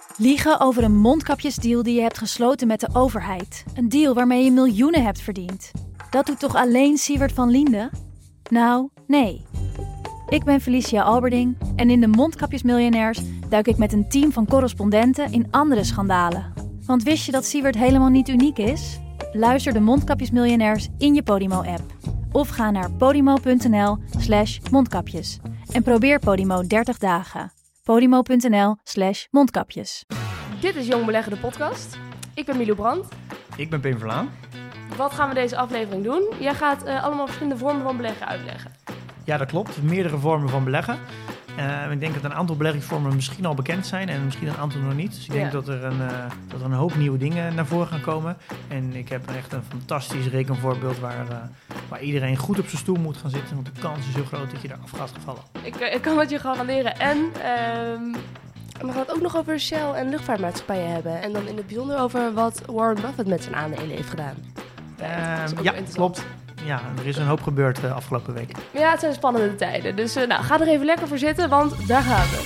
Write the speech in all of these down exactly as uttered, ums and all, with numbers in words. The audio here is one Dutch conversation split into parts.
Liegen over een mondkapjesdeal die je hebt gesloten met de overheid. Een deal waarmee je miljoenen hebt verdiend. Dat doet toch alleen Siewert van Liende? Nou, nee. Ik ben Felicia Alberding en in de Mondkapjesmiljonairs duik ik met een team van correspondenten in andere schandalen. Want wist je dat Siewert helemaal niet uniek is? Luister de Mondkapjesmiljonairs in je Podimo-app. Of ga naar podimo.nl slash mondkapjes. En probeer Podimo dertig dagen. Podimo.nl slash mondkapjes. Dit is Jong Beleggen, de podcast. Ik ben Milou Brandt. Ik ben Pim Verlaan. Wat gaan we deze aflevering doen? Jij gaat uh, allemaal verschillende vormen van beleggen uitleggen. Ja, dat klopt. Meerdere vormen van beleggen. Uh, ik denk dat een aantal beleggingsvormen misschien al bekend zijn en misschien een aantal nog niet. Dus ik denk ja. dat, er een, uh, dat er een hoop nieuwe dingen naar voren gaan komen. En ik heb echt een fantastisch rekenvoorbeeld waar, uh, waar iedereen goed op zijn stoel moet gaan zitten. Want de kans is heel groot dat je eraf gaat gevallen. Ik, uh, ik kan het je garanderen. En uh, we gaan het ook nog over Shell en luchtvaartmaatschappijen hebben. En dan in het bijzonder over wat Warren Buffett met zijn aandelen heeft gedaan. Uh, ja, klopt. Ja, er is een hoop gebeurd de uh, afgelopen week. Ja, het zijn spannende tijden. Dus uh, nou, ga er even lekker voor zitten, want daar gaan we.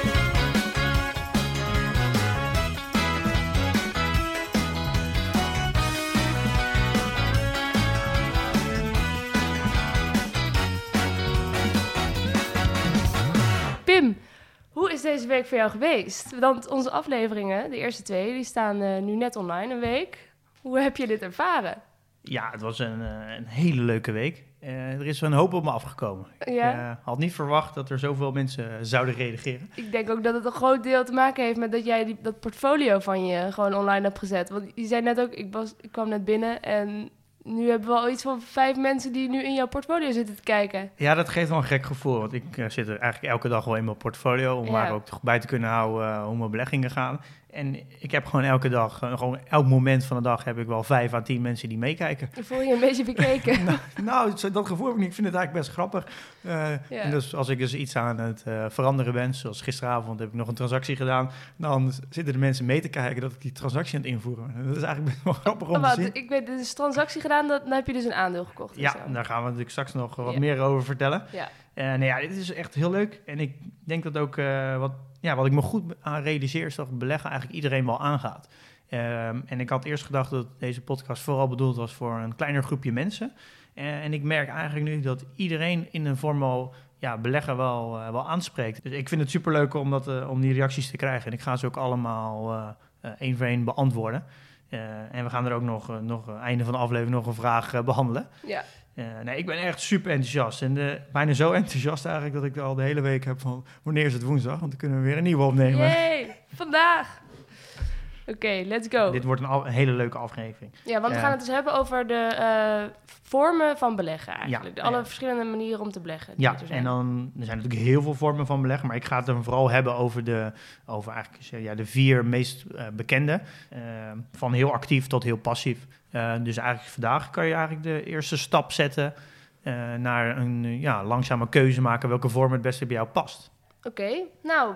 Pim, hoe is deze week voor jou geweest? Want onze afleveringen, de eerste twee, die staan uh, nu net online een week. Hoe heb je dit ervaren? Ja, het was een, een hele leuke week. Uh, er is een hoop op me afgekomen. Ja? Ik uh, had niet verwacht dat er zoveel mensen zouden reageren. Ik denk ook dat het een groot deel te maken heeft met dat jij die, dat portfolio van je gewoon online hebt gezet. Want je zei net ook, ik, was, ik kwam net binnen en nu hebben we al iets van vijf mensen die nu in jouw portfolio zitten te kijken. Ja, dat geeft wel een gek gevoel. Want ik uh, zit er eigenlijk elke dag wel in mijn portfolio om ja. maar ook bij te kunnen houden uh, hoe mijn beleggingen gaan. En ik heb gewoon elke dag, uh, gewoon elk moment van de dag heb ik wel vijf à tien mensen die meekijken. Voel je een beetje bekeken? nou, nou, dat gevoel heb ik niet. Ik vind het eigenlijk best grappig. Uh, ja. En dus als ik dus iets aan het uh, veranderen ben, zoals gisteravond heb ik nog een transactie gedaan, dan zitten de mensen mee te kijken dat ik die transactie aan het invoeren ben. Dat is eigenlijk best wel grappig om oh, te zien. Ik weet, dus transactie gedaan, dat, dan heb je dus een aandeel gekocht. Ja, daar gaan we natuurlijk straks nog wat ja. meer over vertellen. Ja. Uh, nou ja, dit is echt heel leuk. En ik denk dat ook uh, wat... Ja, wat ik me goed aan realiseer is dat beleggen eigenlijk iedereen wel aangaat. Um, en ik had eerst gedacht dat deze podcast vooral bedoeld was voor een kleiner groepje mensen. Uh, en ik merk eigenlijk nu dat iedereen in een vorm al ja, beleggen wel, uh, wel aanspreekt. Dus ik vind het superleuk om, dat, uh, om die reacties te krijgen. En ik ga ze ook allemaal uh, uh, één voor één beantwoorden. Uh, en we gaan er ook nog, uh, nog uh, einde van de aflevering nog een vraag uh, behandelen. Ja. Uh, nee, ik ben echt super enthousiast. En uh, bijna zo enthousiast eigenlijk dat ik al de hele week heb van wanneer is het woensdag? Want dan kunnen we weer een nieuwe opnemen. Yay, vandaag! Oké, okay, let's go. Dit wordt een, al, een hele leuke aflevering. Ja, want we uh, gaan het dus hebben over de uh, vormen van beleggen eigenlijk. Ja, de alle uh, verschillende manieren om te beleggen. Ja, er en dan er zijn natuurlijk heel veel vormen van beleggen. Maar ik ga het dan vooral hebben over de, over eigenlijk, ja, de vier meest uh, bekende. Uh, van heel actief tot heel passief. Uh, dus eigenlijk vandaag kan je eigenlijk de eerste stap zetten uh, naar een uh, ja, langzame keuze maken welke vorm het beste bij jou past. Oké, okay, nou,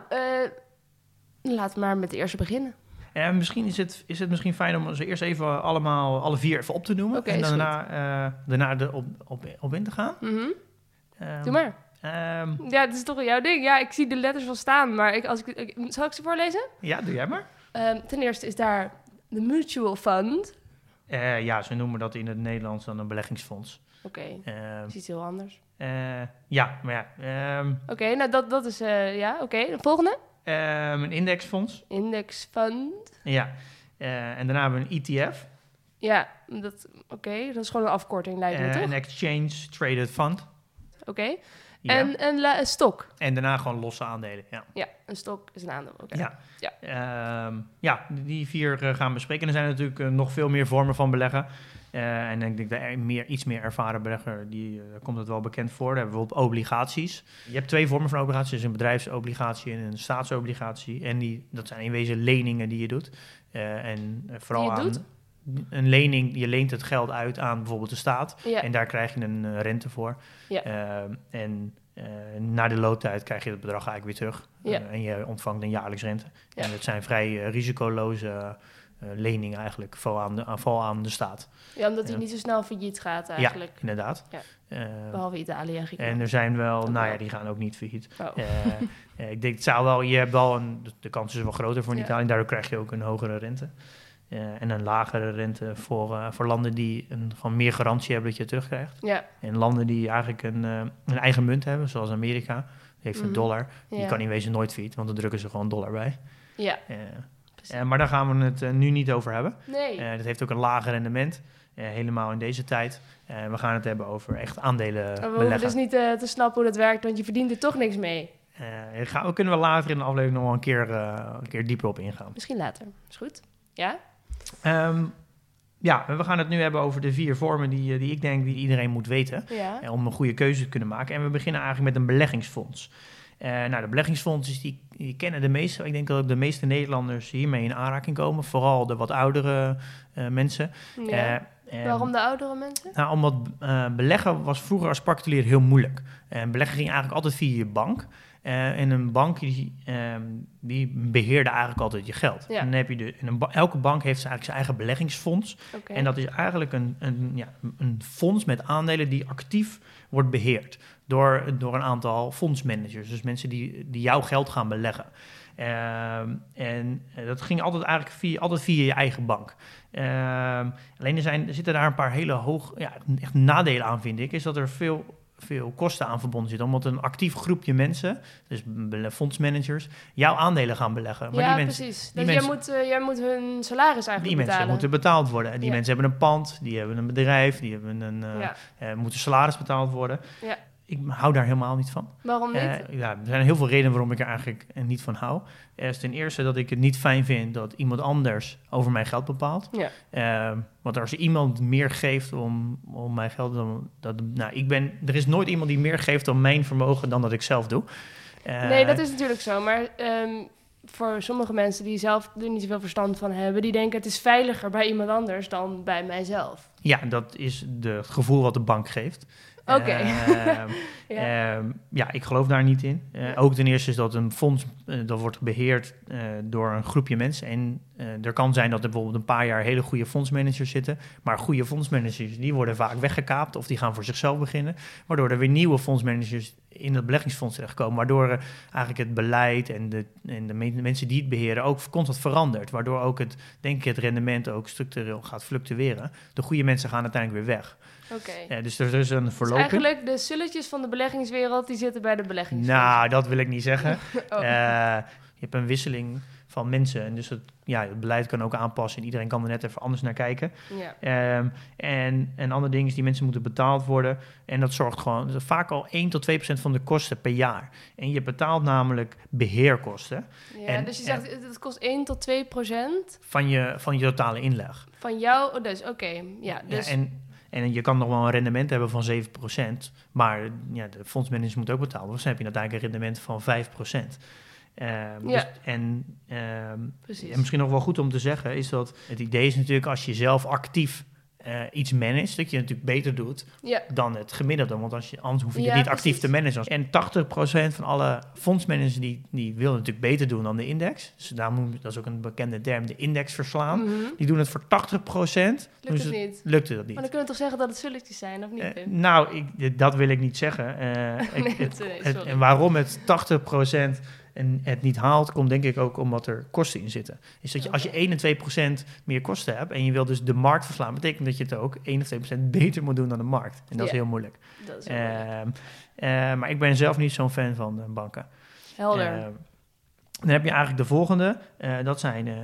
uh, laten we maar met de eerste beginnen. En misschien is het, is het misschien fijn om ze eerst even allemaal, alle vier even op te noemen. Okay, en daarna, uh, daarna er op, op, op in te gaan. Mm-hmm. Um, Doe maar. Um, ja, het is toch jouw ding. Ja, ik zie de letters wel staan, maar ik, als ik, ik, zal ik ze voorlezen? Ja, doe jij maar. Um, ten eerste is daar de mutual fund. Uh, ja, ze noemen dat in het Nederlands dan een beleggingsfonds. Oké, okay. um, iets heel anders. Uh, ja, maar ja. Um, Oké, okay, nou dat, dat is, uh, ja, oké. Okay. De volgende? Um, een indexfonds. Indexfund. Ja, uh, en daarna hebben we een E T F. Ja, dat, oké, okay. dat is gewoon een afkorting, lijkt me, uh, toch? Een Exchange Traded Fund. Oké, okay. ja. en een, een stok. En daarna gewoon losse aandelen, ja. Ja, een stok is een aandeel, oké. Okay. Ja. Ja. Um, ja, die vier uh, gaan bespreken. En er zijn natuurlijk uh, nog veel meer vormen van beleggen. Uh, en ik denk dat meer, iets meer ervaren belegger, die uh, komt het wel bekend voor. Daar hebben we bijvoorbeeld obligaties. Je hebt twee vormen van obligaties, dus een bedrijfsobligatie en een staatsobligatie. En die, dat zijn in wezen leningen die je doet. Uh, en uh, vooral die je aan doet? Een lening, je leent het geld uit aan bijvoorbeeld de staat. Ja. En daar krijg je een uh, rente voor. Ja. Uh, en uh, na de looptijd krijg je het bedrag eigenlijk weer terug. Ja. Uh, en je ontvangt een jaarlijks rente. Ja. En het zijn vrij uh, risicoloze uh, lening eigenlijk, val aan de, val aan de staat. Ja, omdat hij uh, niet zo snel failliet gaat eigenlijk. Ja, inderdaad. Ja. Uh, Behalve Italië en Griekenland. En er zijn wel, oh, nou ja, die gaan ook niet failliet. Oh. Uh, uh, ik denk, het zou wel, je hebt wel een, de kans is wel groter voor een ja. Italië. Daardoor krijg je ook een hogere rente. Uh, en een lagere rente voor, uh, voor landen die een, gewoon meer garantie hebben dat je het terugkrijgt. Ja. En landen die eigenlijk een, uh, een eigen munt hebben, zoals Amerika, die heeft een mm. dollar. Die ja. kan in wezen nooit failliet, want dan drukken ze gewoon dollar bij. Ja. Uh, uh, maar daar gaan we het uh, nu niet over hebben. Nee. Uh, dat heeft ook een lager rendement, uh, helemaal in deze tijd. Uh, we gaan het hebben over echt aandelen we beleggen. We hoeven dus niet uh, te snappen hoe dat werkt, want je verdient er toch niks mee. Uh, gaan, we kunnen we later in de aflevering nog wel een keer, uh, een keer dieper op ingaan. Misschien later, is goed. Ja? Um, ja, we gaan het nu hebben over de vier vormen die, die ik denk die iedereen moet weten. Ja. Uh, om een goede keuze te kunnen maken. En we beginnen eigenlijk met een beleggingsfonds. Uh, nou, de beleggingsfondsen, die, die kennen de meeste. Ik denk dat ook de meeste Nederlanders hiermee in aanraking komen. Vooral de wat oudere uh, mensen. Ja. Uh, Waarom de oudere mensen? Nou, omdat uh, beleggen was vroeger als particulier heel moeilijk. En uh, beleggen ging eigenlijk altijd via je bank. Uh, en een bank die, um, die beheerde eigenlijk altijd je geld. Ja. En dan heb je de, en een ba- elke bank heeft eigenlijk zijn eigen beleggingsfonds. Okay. En dat is eigenlijk een, een, ja, een fonds met aandelen die actief wordt beheerd door, door een aantal fondsmanagers. Dus mensen die, die jouw geld gaan beleggen. Uh, en uh, dat ging altijd eigenlijk via, altijd via je eigen bank. Uh, alleen er, zijn, er zitten daar een paar hele hoog, ja, echt nadelen aan, vind ik. Is dat er veel... veel kosten aan verbonden zitten, omdat een actief groepje mensen, dus fondsmanagers, jouw aandelen gaan beleggen. Maar ja, die mensen, precies. Die dus mensen, jij, moet, uh, jij moet hun salaris eigenlijk die betalen. mensen moeten betaald worden. Die ja. mensen hebben een pand, die hebben een bedrijf, die hebben een, uh, ja. uh, moeten salaris betaald worden. Ja. Ik hou daar helemaal niet van. Waarom niet? Uh, ja, er zijn heel veel redenen waarom ik er eigenlijk niet van hou. Er is ten eerste dat ik het niet fijn vind dat iemand anders over mijn geld bepaalt. Ja. Uh, want als er iemand meer geeft om, om mijn geld... Dan, dat, nou, ik ben, er is nooit iemand die meer geeft om mijn vermogen dan dat ik zelf doe. Uh, nee, dat is natuurlijk zo. Maar um, voor sommige mensen die zelf er niet zoveel verstand van hebben... die denken het is veiliger bij iemand anders dan bij mijzelf. Ja, dat is de, het gevoel wat de bank geeft. Oké. Okay. Uh, ja. Uh, ja, ik geloof daar niet in. Uh, ook ten eerste is dat een fonds, uh, dat wordt beheerd uh, door een groepje mensen. En uh, er kan zijn dat er bijvoorbeeld een paar jaar hele goede fondsmanagers zitten. Maar goede fondsmanagers, die worden vaak weggekaapt of die gaan voor zichzelf beginnen. Waardoor er weer nieuwe fondsmanagers in het beleggingsfonds terechtkomen. Waardoor uh, eigenlijk het beleid en, de, en de, me- de mensen die het beheren ook constant verandert. Waardoor ook het, denk ik, het rendement ook structureel gaat fluctueren. De goede mensen gaan uiteindelijk weer weg. Okay. Ja, dus er is een verloping. Dus eigenlijk de sulletjes van de beleggingswereld, die zitten bij de beleggingsfonds. Nou, dat wil ik niet zeggen. oh. uh, je hebt een wisseling van mensen. En dus het, ja, het beleid kan ook aanpassen. En iedereen kan er net even anders naar kijken. Ja. Um, en een ander ding is, die mensen moeten betaald worden. En dat zorgt gewoon, dat is vaak al één tot twee procent van de kosten per jaar. En je betaalt namelijk beheerkosten. Ja, en, dus je zegt, het kost één tot twee procent? Van je, van je totale inleg. Van jou, oh, dus oké. Okay. Ja, dus... Ja, en, En je kan nog wel een rendement hebben van zeven procent. Maar ja, de fondsmanagers moeten ook betalen. Dus dan heb je uiteindelijk een rendement van vijf procent. Um, ja. dus, en, um, en misschien nog wel goed om te zeggen is dat het idee is natuurlijk als je zelf actief uh, iets managt, dat je het natuurlijk beter doet ja. dan het gemiddelde. Want als je, anders hoef je ja, het niet precies. actief te managen. En tachtig procent van alle fondsmanagers die, die willen natuurlijk beter doen dan de index. Dus daarom, dat is ook een bekende term, de index verslaan. Mm-hmm. Die doen het voor tachtig procent. Lukt het niet? Lukte dat niet. Maar dan kunnen we toch zeggen dat het sulletjes zijn, of niet? Uh, nou, ik, dat wil ik niet zeggen. Uh, nee, ik, het, nee, het, en waarom het tachtig procent en het niet haalt, komt denk ik ook omdat er kosten in zitten. Is dat je, als je één en twee procent meer kosten hebt en je wil dus de markt verslaan, betekent dat je het ook één of twee procent beter moet doen dan de markt. En dat ja. is heel moeilijk. Dat is heel uh, moeilijk. Uh, maar ik ben zelf niet zo'n fan van de banken. Helder. Uh, dan heb je eigenlijk de volgende. Uh, dat zijn uh,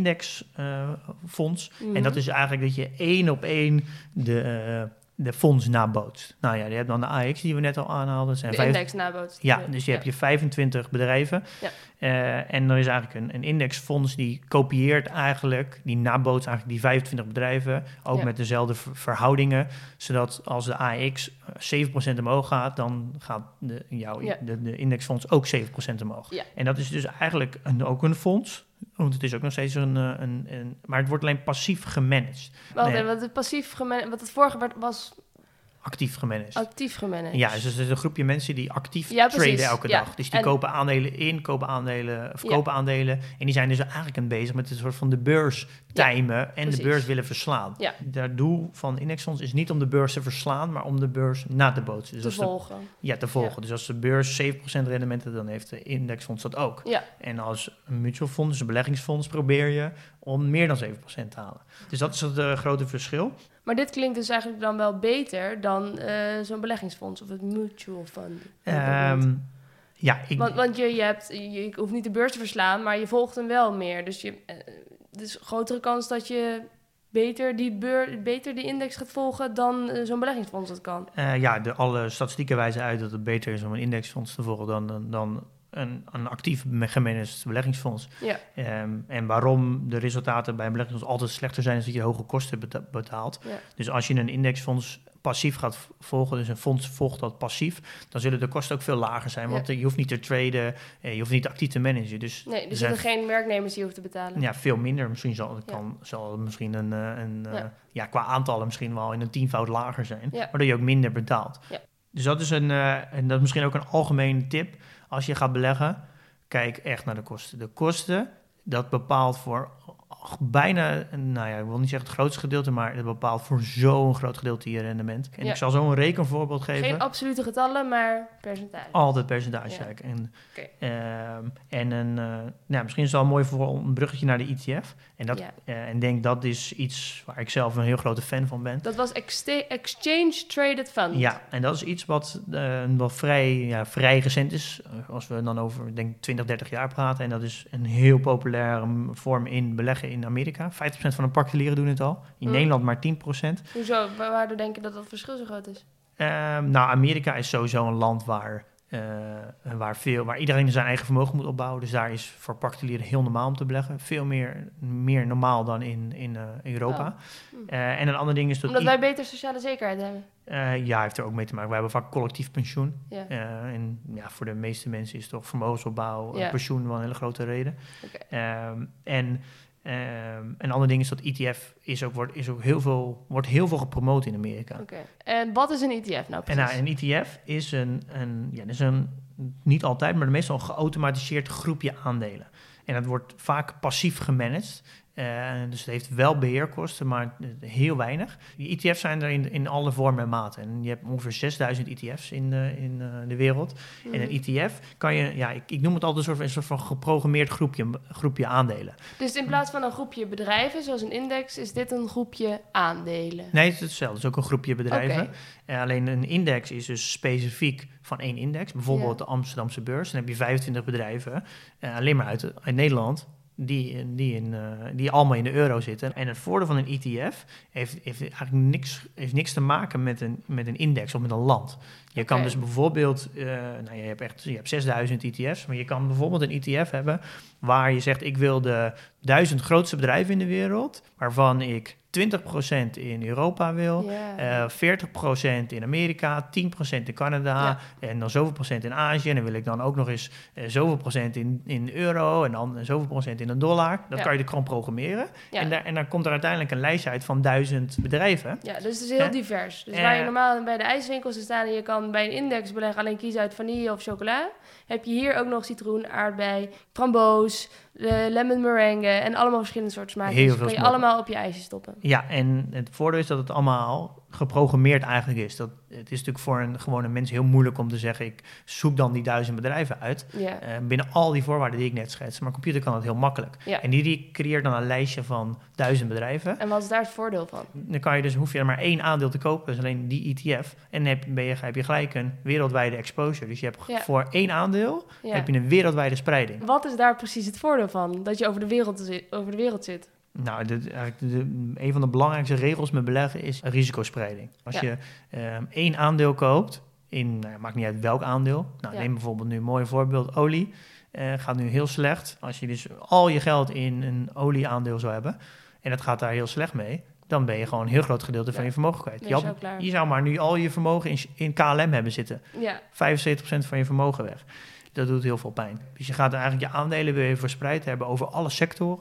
indexfonds. Uh, mm-hmm. En dat is eigenlijk dat je één op één de... Uh, de fonds nabootst. Nou ja, je hebt dan de A X die we net al aanhaalden. Dat zijn de vijf... index nabootst. Ja, dus je ja. hebt je vijfentwintig bedrijven. Ja. Uh, en er is eigenlijk een, een indexfonds die kopieert eigenlijk, die nabootst eigenlijk die vijfentwintig bedrijven, ook ja. met dezelfde ver- verhoudingen, zodat als de A X zeven procent omhoog gaat, dan gaat de, jouw, ja. de, de indexfonds ook zeven procent omhoog. Ja. En dat is dus eigenlijk een, ook een fonds. Want het is ook nog steeds een, een, een... Maar het wordt alleen passief gemanaged. Wacht even, wat het passief gemanaged... Wat het vorige was... actief gemanaged. Actief gemanaged. Ja, dus het is een groepje mensen die actief ja, traden elke ja. dag. Dus die en... kopen aandelen in, kopen aandelen, of ja. kopen aandelen. En die zijn dus eigenlijk aan bezig met een soort van de beurs timen ja, en precies. de beurs willen verslaan. Ja. Het doel van indexfonds is niet om de beurs te verslaan, maar om de beurs na te bootsen. Dus te volgen. De, ja, te volgen. Ja. Dus als de beurs zeven procent rendementen, dan heeft de indexfonds dat ook. Ja. En als een mutual fonds, dus een beleggingsfonds, probeer je om meer dan zeven procent te halen. Dus dat is het uh, grote verschil. Maar dit klinkt dus eigenlijk dan wel beter dan uh, zo'n beleggingsfonds of het mutual fund. Um, ja, ik... Want, want je, je, hebt, je, je hoeft niet de beurs te verslaan, maar je volgt hem wel meer. Dus je, uh, dus een grotere kans dat je beter die, beur, beter die index gaat volgen dan uh, zo'n beleggingsfonds dat kan. Uh, ja, de, alle statistieken wijzen uit dat het beter is om een indexfonds te volgen dan... dan, dan Een, een actief gemanaged beleggingsfonds. Ja. Um, en waarom de resultaten bij een beleggingsfonds altijd slechter zijn, is dat je hoge kosten beta- betaalt. Ja. Dus als je een indexfonds passief gaat volgen, dus een fonds volgt dat passief, dan zullen de kosten ook veel lager zijn. Want ja. je hoeft niet te traden, je hoeft niet actief te managen. Dus nee, er er zitten geen werknemers die je hoeft te betalen. Ja, veel minder. Misschien zal, kan, ja. zal het misschien een, een ja. Uh, ja, qua aantallen misschien wel in een tienvoud lager zijn, ja. waardoor je ook minder betaalt. Ja. Dus dat is een, uh, en dat is misschien ook een algemene tip. Als je gaat beleggen, kijk echt naar de kosten. De kosten, dat bepaalt voor bijna, nou ja, ik wil niet zeggen het grootste gedeelte, maar het bepaalt voor zo'n groot gedeelte je rendement. En ja. ik zal zo een rekenvoorbeeld geven. Geen absolute getallen, maar percentage. Altijd percentage. Ja. En, okay. uh, en een, uh, nou, misschien is het wel mooi voor een bruggetje naar de E T F. En dat, ja. uh, en denk dat is iets waar ik zelf een heel grote fan van ben. Dat was Exte- Exchange Traded Fund. Ja, en dat is iets wat uh, wel vrij, ja, vrij recent is. Uh, als we dan over denk twintig, dertig jaar praten. En dat is een heel populaire vorm in beleggen in Amerika. vijftig procent van de particulieren doen het al. In hmm. Nederland maar tien procent. Hoezo? Waardoor denk je dat dat verschil zo groot is? Uh, nou, Amerika is sowieso een land waar, uh, waar, veel, waar iedereen zijn eigen vermogen moet opbouwen. Dus daar is voor particulieren heel normaal om te beleggen. Veel meer, meer normaal dan in, in uh, Europa. Oh. Hmm. Uh, en een ander ding is dat... Omdat wij beter sociale zekerheid hebben. Uh, ja, heeft er ook mee te maken. We hebben vaak collectief pensioen. Ja. Uh, en ja, voor de meeste mensen is toch vermogensopbouw, ja. pensioen wel een hele grote reden. Okay. Um, en... Um, een ander ding is dat E T F is ook, wordt, is ook heel veel, wordt heel veel gepromoot in Amerika. Oké. Okay. En wat is een E T F nou precies? En nou, een E T F is een, een, ja, is een, niet altijd, maar meestal een geautomatiseerd groepje aandelen. En dat wordt vaak passief gemanaged. Uh, dus het heeft wel beheerkosten, maar heel weinig. Die E T F's zijn er in, in alle vormen en maten. En je hebt ongeveer zesduizend E T F's in de, in uh, de wereld. Mm. En een E T F kan je, ja, ik, ik noem het altijd een soort, een soort van geprogrammeerd groepje, groepje aandelen. Dus in plaats van een groepje bedrijven, zoals een index, is dit een groepje aandelen? Nee, het is hetzelfde. Het is ook een groepje bedrijven. Okay. Uh, alleen een index is dus specifiek van één index. Bijvoorbeeld ja. de Amsterdamse beurs. Dan heb je vijfentwintig bedrijven, uh, alleen maar uit, uit Nederland. Die, die, in, uh, die allemaal in de euro zitten. En het voordeel van een E T F heeft, heeft eigenlijk niks, heeft niks te maken met een, met een index of met een land. Je kan okay. dus bijvoorbeeld, uh, nou, je hebt echt je hebt zesduizend E T F's, maar je kan bijvoorbeeld een E T F hebben waar je zegt, ik wil de duizend grootste bedrijven in de wereld, waarvan ik twintig procent in Europa wil, yeah. uh, veertig procent in Amerika, tien procent in Canada yeah. en dan zoveel procent in Azië. En dan wil ik dan ook nog eens uh, zoveel procent in, in euro en dan zoveel procent in een dollar. Dat yeah. kan je er gewoon programmeren. Yeah. En, daar, en dan komt er uiteindelijk een lijstje uit van duizend bedrijven. Ja, dus het is heel uh, divers. Dus uh, waar je normaal bij de ijswinkels staan en je kan bij een index beleggen alleen kiezen uit vanille of chocola, heb je hier ook nog citroen, aardbei, framboos, de lemon meringue en allemaal verschillende soorten smaken. Heel dus veel kan je smaken. allemaal op je ijsje stoppen. Ja, en het voordeel is dat het allemaal geprogrammeerd eigenlijk is. Dat, het is natuurlijk voor een gewone mens heel moeilijk om te zeggen, ik zoek dan die duizend bedrijven uit. Yeah. Uh, binnen al die voorwaarden die ik net schets. Maar een computer kan dat heel makkelijk. Yeah. En die, die creëert dan een lijstje van duizend bedrijven. En wat is daar het voordeel van? Dan kan je dus, hoef je er maar één aandeel te kopen, dus alleen die E T F. En dan heb, ben je, heb je gelijk een wereldwijde exposure. Dus je hebt yeah. voor één aandeel yeah. heb je een wereldwijde spreiding. Wat is daar precies het voordeel van? Dat je over de wereld zit? Over de wereld zit? Nou, de, eigenlijk de, de, een van de belangrijkste regels met beleggen is risicospreiding. Als ja. je um, één aandeel koopt, in, nou, maakt niet uit welk aandeel. Nou, ja. Neem bijvoorbeeld nu een mooi voorbeeld, olie. Uh, gaat nu heel slecht. Als je dus al je geld in een olieaandeel zou hebben, en dat gaat daar heel slecht mee, dan ben je gewoon een heel groot gedeelte ja. van je vermogen kwijt. Je, had, je zou maar nu al je vermogen in, in K L M hebben zitten. Ja. vijfenzeventig procent van je vermogen weg. Dat doet heel veel pijn. Dus je gaat eigenlijk je aandelen weer verspreid hebben over alle sectoren.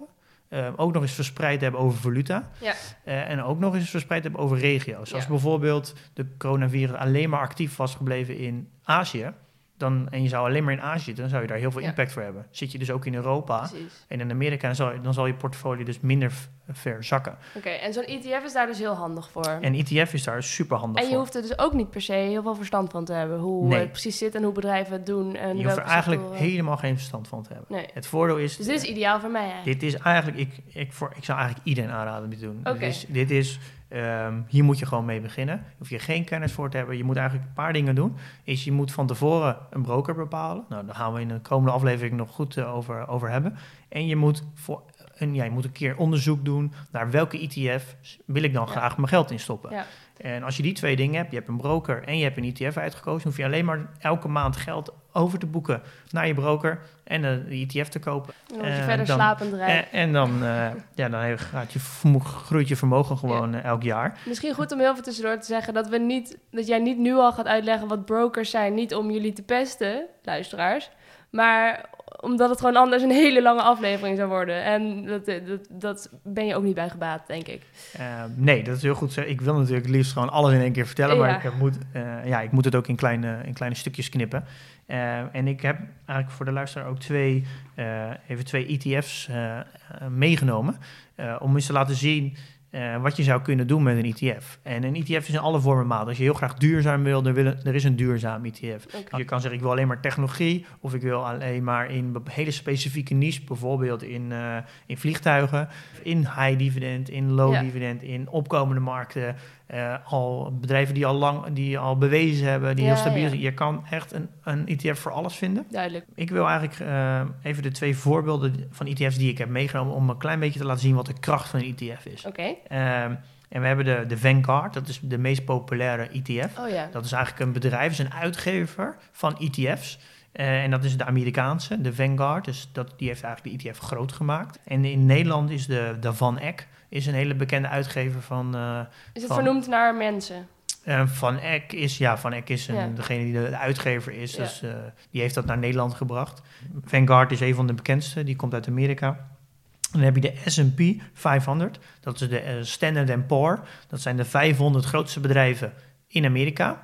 uh, ook nog eens verspreid hebben over valuta. Ja. Uh, en ook nog eens verspreid hebben over regio's. Als ja. bijvoorbeeld de coronavirus alleen maar actief was gebleven in Azië, dan, en je zou alleen maar in Azië zitten, dan zou je daar heel veel ja. impact voor hebben. Zit je dus ook in Europa Precies. en in Amerika, dan zal, dan zal je portfolio dus minder f- ver zakken. Oké, okay, en zo'n E T F is daar dus heel handig voor. En E T F is daar super handig voor. En je voor. hoeft er dus ook niet per se heel veel verstand van te hebben, hoe nee. het precies zit en hoe bedrijven het doen. En je hoeft er eigenlijk sectoren. helemaal geen verstand van te hebben. Nee. Het voordeel is... Dus dit is ideaal voor mij eigenlijk. Dit is eigenlijk, ik, ik, voor, ik zou eigenlijk iedereen aanraden dit te doen. Okay. Dit is, dit is um, hier moet je gewoon mee beginnen. Daar hoef je geen kennis voor te hebben. Je moet eigenlijk een paar dingen doen. Is je moet van tevoren een broker bepalen. Nou, daar gaan we in de komende aflevering nog goed uh, over, over hebben. En je moet voor... En ja, je moet een keer onderzoek doen naar welke E T F wil ik dan ja. graag mijn geld in stoppen. Ja. En als je die twee dingen hebt, je hebt een broker en je hebt een E T F uitgekozen, hoef je alleen maar elke maand geld over te boeken naar je broker en de E T F te kopen. En dan word je uh, verder dan, slapend rijden. En, en dan, uh, ja, dan gaat je, groeit je vermogen gewoon ja. uh, elk jaar. Misschien goed om heel veel tussendoor te zeggen dat, we niet, dat jij niet nu al gaat uitleggen wat brokers zijn, niet om jullie te pesten, luisteraars, maar omdat het gewoon anders een hele lange aflevering zou worden. En dat, dat, dat ben je ook niet bij gebaat, denk ik. Uh, nee, dat is heel goed. Ik wil natuurlijk het liefst gewoon alles in één keer vertellen. Maar ja. ik, moet, uh, ja, ik moet het ook in kleine, in kleine stukjes knippen. Uh, en ik heb eigenlijk voor de luisteraar ook twee, uh, even twee E T F's uh, uh, meegenomen. Uh, om eens te laten zien Uh, wat je zou kunnen doen met een E T F. En een E T F is in alle vormen maat. Als je heel graag duurzaam wil, dan wil er is een duurzaam E T F. Okay. Je kan zeggen, ik wil alleen maar technologie, of ik wil alleen maar in hele specifieke niche, bijvoorbeeld in, uh, in vliegtuigen, in high dividend, in low ja. dividend, in opkomende markten, uh, al bedrijven die al lang, die al bewezen hebben, die ja, heel stabiel ja. zijn. Je kan echt een, een E T F voor alles vinden. Duidelijk. Ik wil eigenlijk uh, even de twee voorbeelden van E T F's die ik heb meegenomen om een klein beetje te laten zien wat de kracht van een E T F is. Oké. Okay. Um, en we hebben de, de Vanguard, dat is de meest populaire E T F. Oh, ja. Dat is eigenlijk een bedrijf, is een uitgever van E T F's. Uh, en dat is de Amerikaanse, de Vanguard. Dus dat, die heeft eigenlijk de E T F groot gemaakt. En in Nederland is de, de Van Eck is een hele bekende uitgever van... Uh, is het van, vernoemd naar mensen? Uh, Van Eck is, ja, Van Eck is een, ja. degene die de, de uitgever is. Ja. Dus uh, die heeft dat naar Nederland gebracht. Vanguard is een van de bekendste, die komt uit Amerika. Dan heb je de S en P vijfhonderd, dat is de uh, Standard and Poor. Dat zijn de vijfhonderd grootste bedrijven in Amerika.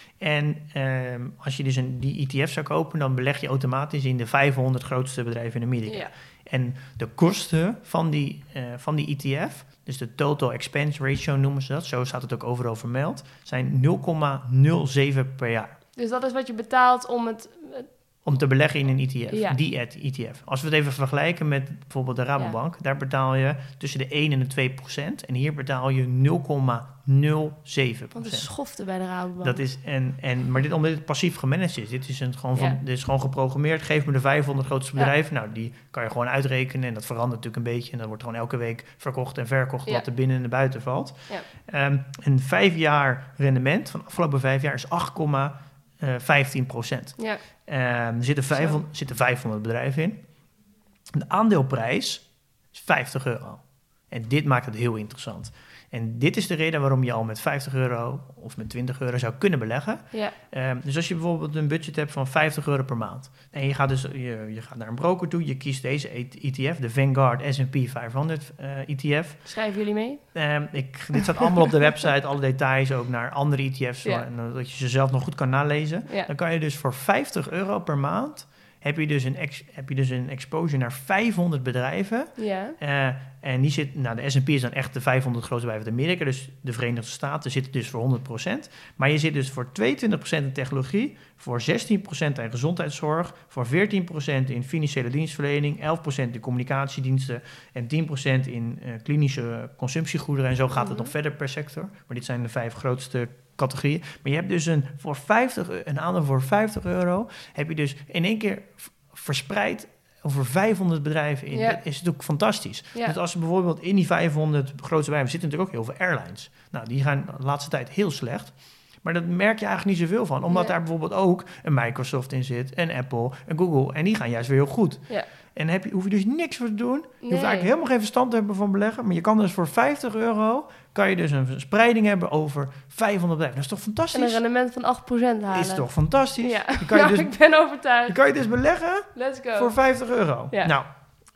En um, als je dus een, die E T F zou kopen, dan beleg je automatisch in de vijfhonderd grootste bedrijven in Amerika. Ja. En de kosten van die, uh, van die E T F, dus de Total Expense Ratio noemen ze dat, zo staat het ook overal vermeld, zijn nul komma nul zeven per jaar. Dus dat is wat je betaalt om het... Om te beleggen in een E T F, ja. die E T F. Als we het even vergelijken met bijvoorbeeld de Rabobank, ja. daar betaal je tussen de één en de twee procent. En hier betaal je nul komma nul zeven procent. Want de schofte bij de Rabobank. Dat is, en, en, maar dit, omdat het passief gemanaged is. Dit is, een, gewoon van, ja. dit is gewoon geprogrammeerd. Geef me de vijfhonderd grootste bedrijven. Ja. Nou, die kan je gewoon uitrekenen. En dat verandert natuurlijk een beetje. En dan wordt gewoon elke week verkocht en verkocht ja. wat er binnen en naar buiten valt. Ja. Um, een vijf jaar rendement van de afgelopen vijf jaar is acht komma vijftien procent. Ja. Um, er zitten, vijfhonderd, zitten vijfhonderd bedrijven in. De aandeelprijs is vijftig euro. En dit maakt het heel interessant. En dit is de reden waarom je al met vijftig euro of met twintig euro zou kunnen beleggen. Ja. Um, dus als je bijvoorbeeld een budget hebt van vijftig euro per maand. En je gaat dus je, je gaat naar een broker toe. Je kiest deze E T F, de Vanguard S en P vijfhonderd uh, E T F. Schrijven jullie mee? Um, ik, dit staat allemaal op de website. Alle details ook naar andere E T F's. Ja. En, uh, dat je ze zelf nog goed kan nalezen. Ja. Dan kan je dus voor vijftig euro per maand... heb je dus een, ex, heb je dus een exposure naar vijfhonderd bedrijven. Ja. Uh, en die zit, nou, de S en P is dan echt de vijfhonderd grootste bedrijven in Amerika, dus de Verenigde Staten zitten dus voor honderd procent. Maar je zit dus voor tweeëntwintig procent in technologie, voor zestien procent in gezondheidszorg, voor veertien procent in financiële dienstverlening, elf procent in communicatiediensten en tien procent in uh, klinische consumptiegoederen. En zo gaat het mm-hmm. nog verder per sector. Maar dit zijn de vijf grootste categorieën. Maar je hebt dus een, voor vijftig, een aandeel voor vijftig euro, heb je dus in één keer verspreid over vijfhonderd bedrijven in. Ja. Dat is natuurlijk fantastisch. Ja. Dus als je bijvoorbeeld in die vijfhonderd grootste bedrijven zitten natuurlijk ook heel veel airlines. Nou, die gaan de laatste tijd heel slecht. Maar dat merk je eigenlijk niet zoveel van. Omdat ja. daar bijvoorbeeld ook een Microsoft in zit, een Apple, een Google. En die gaan juist weer heel goed. Ja. En heb je, hoef je dus niks voor te doen. Je nee. hoeft eigenlijk helemaal geen verstand te hebben van beleggen. Maar je kan dus voor vijftig euro... kan je dus een spreiding hebben over vijfhonderd bedrijven. Dat is toch fantastisch? En een rendement van acht procent halen. Is toch fantastisch? Ja, kan je nou, dus, ik ben overtuigd. Dan kan je dus beleggen Let's go. voor vijftig euro. Ja. Nou,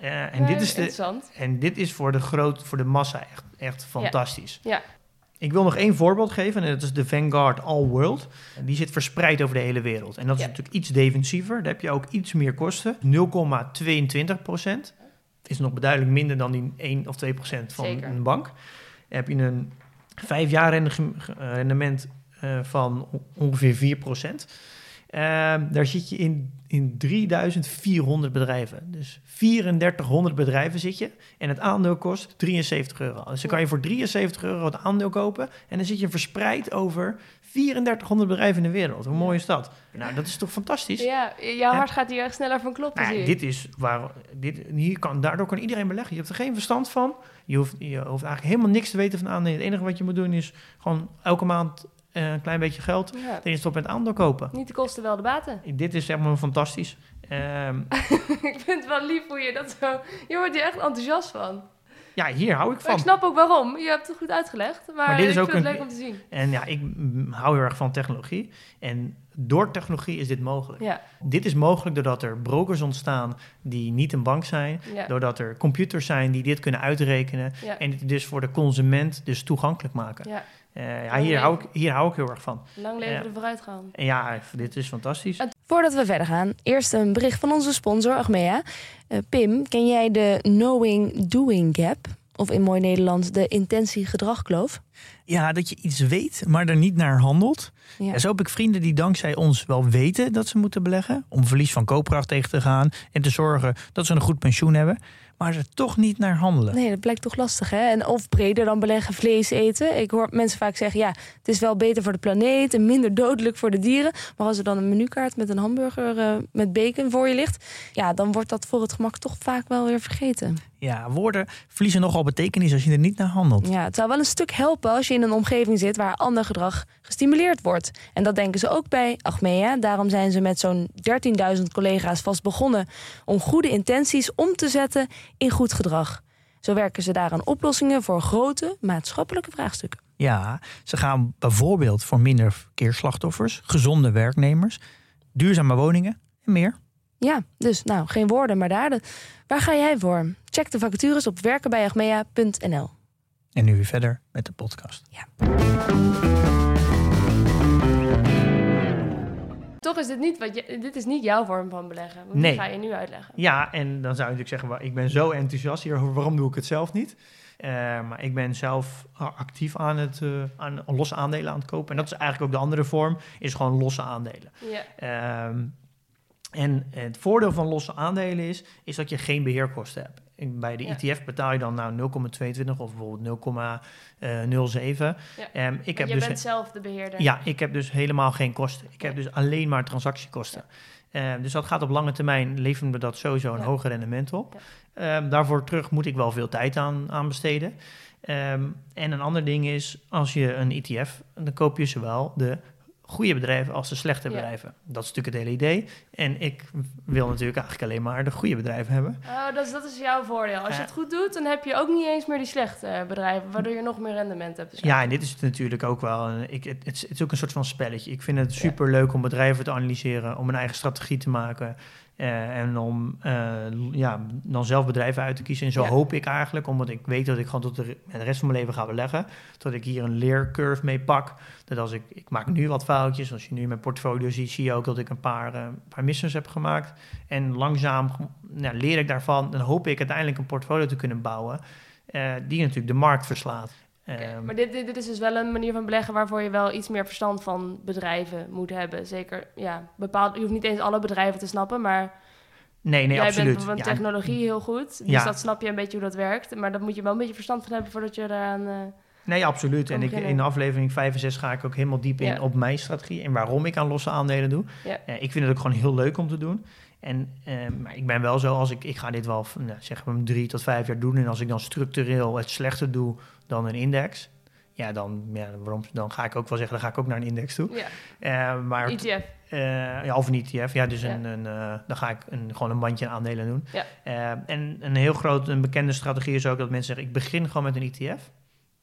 Uh, en, nee, dit is de, en dit is voor de, groot, voor de massa echt, echt fantastisch. Ja. Ja. Ik wil nog één voorbeeld geven. En dat is de Vanguard All World. Die zit verspreid over de hele wereld. En dat is ja. natuurlijk iets defensiever. Daar heb je ook iets meer kosten. nul komma tweeëntwintig procent. Is nog beduidelijk minder dan die één of twee procent van Zeker. Een bank. Dan heb je een vijf jaar rendement uh, van ongeveer vier procent. Uh, daar zit je in, in drieduizend vierhonderd bedrijven. Dus drieduizend bedrijven zit je. En het aandeel kost drieënzeventig euro. Dus dan kan je voor drieënzeventig euro het aandeel kopen. En dan zit je verspreid over drieduizend bedrijven in de wereld. Hoe mooi is dat? Nou, dat is toch fantastisch? Ja, jouw hart en, gaat hier echt sneller van kloppen. Nou, dit is waar, dit, hier kan, daardoor kan iedereen beleggen. Je hebt er geen verstand van. Je hoeft, je hoeft eigenlijk helemaal niks te weten van aandelen. Het enige wat je moet doen is gewoon elke maand Uh, een klein beetje geld. Ja. Dan stop met aandeel kopen. Niet de kosten, wel de baten. Dit is helemaal fantastisch. Um, ik vind het wel lief hoe je dat zo... Je wordt hier echt enthousiast van. Ja, hier hou ik van. Maar ik snap ook waarom. Je hebt het goed uitgelegd. Maar, maar dit is ik ook vind een, het leuk om te zien. En ja, ik hou heel erg van technologie. En door technologie is dit mogelijk. Ja. Dit is mogelijk doordat er brokers ontstaan die niet een bank zijn. Ja. Doordat er computers zijn die dit kunnen uitrekenen. Ja. En het dus voor de consument dus toegankelijk maken. Ja. Uh, ja, hier, hou ik, hier hou ik heel erg van. Lang leven uh, de vooruitgang. Ja, dit is fantastisch. En voordat we verder gaan, eerst een bericht van onze sponsor Achmea. Uh, Pim, ken jij de Knowing-Doing Gap? Of in mooi Nederlands de intentie-gedragkloof? Ja, dat je iets weet, maar er niet naar handelt. Ja. Ja, zo heb ik vrienden die dankzij ons wel weten dat ze moeten beleggen, om verlies van koopkracht tegen te gaan en te zorgen dat ze een goed pensioen hebben, maar ze toch niet naar handelen. Nee, dat blijkt toch lastig, hè? En of breder dan beleggen, vlees eten. Ik hoor mensen vaak zeggen, ja, het is wel beter voor de planeet en minder dodelijk voor de dieren. Maar als er dan een menukaart met een hamburger uh, met bacon voor je ligt, ja, dan wordt dat voor het gemak toch vaak wel weer vergeten. Ja, woorden verliezen nogal betekenis als je er niet naar handelt. Ja, het zou wel een stuk helpen als je in een omgeving zit waar ander gedrag gestimuleerd wordt. En dat denken ze ook bij Achmea. Daarom zijn ze met zo'n dertienduizend collega's vast begonnen om goede intenties om te zetten in goed gedrag. Zo werken ze daar aan oplossingen voor grote maatschappelijke vraagstukken. Ja, ze gaan bijvoorbeeld voor minder verkeersslachtoffers, gezonde werknemers, duurzame woningen en meer. Ja, dus nou, geen woorden, maar daden. Waar ga jij voor? Check de vacatures op werken bij achmea punt n l. En nu weer verder met de podcast. Ja. Toch is dit niet, wat je, dit is niet jouw vorm van beleggen. Want nee. Die ga je nu uitleggen. Ja, en dan zou je natuurlijk zeggen, ik ben zo enthousiast hierover, waarom doe ik het zelf niet? Uh, maar ik ben zelf actief aan het uh, aan losse aandelen aan het kopen. En dat is eigenlijk ook de andere vorm, is gewoon losse aandelen. Ja. Um, en het voordeel van losse aandelen is, is dat je geen beheerkosten hebt. Bij de ja. E T F betaal je dan nou nul komma tweeëntwintig of bijvoorbeeld nul komma nul zeven. Ja. Um, ik heb je dus, bent zelf de beheerder. Ja, ik heb dus helemaal geen kosten. Ik ja. heb dus alleen maar transactiekosten. Ja. Um, dus dat gaat op lange termijn, leveren we dat sowieso een ja. hoger rendement op. Ja. Um, daarvoor terug moet ik wel veel tijd aan, aan besteden. Um, en een ander ding is, als je een E T F, dan koop je zowel de goede bedrijven als de slechte ja. bedrijven. Dat is natuurlijk het hele idee. En ik wil natuurlijk eigenlijk alleen maar de goede bedrijven hebben. Oh, dat is, dat is jouw voordeel. Als je het goed doet, dan heb je ook niet eens meer die slechte bedrijven, waardoor je nog meer rendement hebt. Dus ja, en dit is natuurlijk ook wel... Ik, het, het is ook een soort van spelletje. Ik vind het super leuk om bedrijven te analyseren, om een eigen strategie te maken. Uh, en om uh, ja, dan zelf bedrijven uit te kiezen. En zo ja. hoop ik eigenlijk, omdat ik weet dat ik gewoon tot de, de rest van mijn leven ga beleggen, dat ik hier een leercurve mee pak. Dat als ik, ik maak nu wat foutjes, als je nu mijn portfolio ziet, zie je ook dat ik een paar, uh, paar missers heb gemaakt. En langzaam nou, leer ik daarvan. Dan hoop ik uiteindelijk een portfolio te kunnen bouwen uh, die natuurlijk de markt verslaat. Okay, um, maar dit, dit, dit is dus wel een manier van beleggen waarvoor je wel iets meer verstand van bedrijven moet hebben. Zeker, ja, bepaald, je hoeft niet eens alle bedrijven te snappen, maar nee, nee, jij absoluut. bent van ja. technologie heel goed, dus ja. dat snap je een beetje hoe dat werkt. Maar daar moet je wel een beetje verstand van hebben voordat je eraan uh, nee, absoluut. En ik, in de aflevering vijf en zes ga ik ook helemaal diep in ja. op mijn strategie en waarom ik aan losse aandelen doe. Ja. Uh, ik vind het ook gewoon heel leuk om te doen. En uh, maar ik ben wel zo, als ik, ik ga dit wel nou, zeggen we drie tot vijf jaar doen. En als ik dan structureel het slechter doe dan een index, ja, dan, ja, waarom, dan ga ik ook wel zeggen, dan ga ik ook naar een index toe. Ja. Uh, maar E T F. Uh, ja, of een E T F. Ja, dus ja. Een, een, uh, dan ga ik een, gewoon een bandje aan aandelen doen. Ja. Uh, en een heel groot, een bekende strategie is ook dat mensen zeggen, ik begin gewoon met een E T F.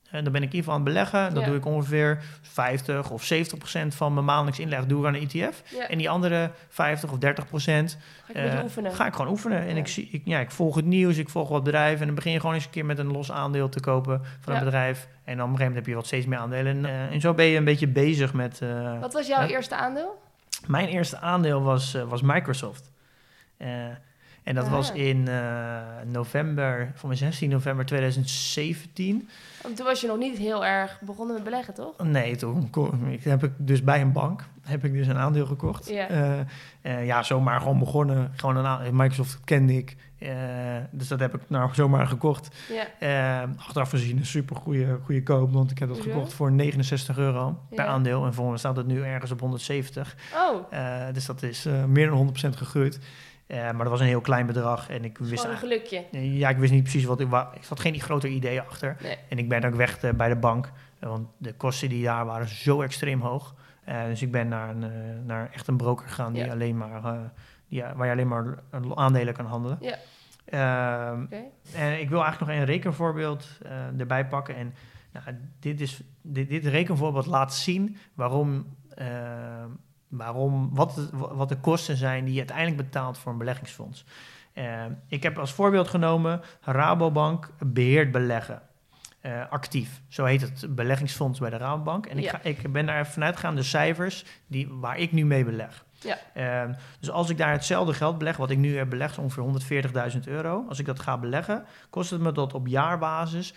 En dan ben ik in ieder geval aan het beleggen. Dan ja. doe ik ongeveer vijftig of zeventig procent van mijn maandelijks inleg doe ik aan een E T F. Ja. En die andere vijftig of dertig procent Ga ik een beetje uh, oefenen. ga ik gewoon oefenen. En Ja. ik, zie, ik, ja, ik volg het nieuws, ik volg wat bedrijven. En dan begin je gewoon eens een keer met een los aandeel te kopen van Ja. een bedrijf. En dan op een gegeven moment heb je wat steeds meer aandelen. En, uh, en zo ben je een beetje bezig met... Uh, Wat was jouw uh, eerste aandeel? Mijn eerste aandeel was, uh, was Microsoft. Uh, en dat ah. was in uh, november, voor mij zestien november tweeduizend zeventien. Want toen was je nog niet heel erg begonnen met beleggen, toch? Nee, toen ik, heb ik dus bij een bank heb ik dus een aandeel gekocht. Ja, uh, uh, ja zomaar gewoon begonnen. Gewoon een aandeel. Microsoft kende ik. Uh, dus dat heb ik nou zomaar gekocht. Ja. Uh, achteraf gezien een super goede koop. Want ik heb dat Hoezo? gekocht voor negenenzestig euro per Ja. aandeel. En volgens mij staat het nu ergens op honderdzeventig. Oh, Uh, dus dat is uh, meer dan honderd procent gegroeid. Uh, maar dat was een heel klein bedrag. En ik wist gewoon een gelukje. Ja, ik wist niet precies wat ik wou. Ik had geen groter idee achter. Nee. En ik ben ook weg uh, bij de bank. Uh, want de kosten die daar waren zo extreem hoog. Uh, dus ik ben naar, een, uh, naar echt een broker gegaan die Ja. alleen maar, uh, die, waar je alleen maar aandelen kan handelen. Ja. Uh, Okay. En ik wil eigenlijk nog een rekenvoorbeeld uh, erbij pakken. En nou, dit, is, dit, dit rekenvoorbeeld laat zien waarom... Uh, Waarom, wat, de, wat de kosten zijn die je uiteindelijk betaalt voor een beleggingsfonds. Uh, ik heb als voorbeeld genomen Rabobank beheerd beleggen. Uh, actief, zo heet het beleggingsfonds bij de Rabobank. En ik, Ja. ga, ik ben daar vanuit gegaan de cijfers die, waar ik nu mee beleg. Ja. Uh, dus als ik daar hetzelfde geld beleg, wat ik nu heb belegd, ongeveer honderdveertigduizend euro. Als ik dat ga beleggen, kost het me dat op jaarbasis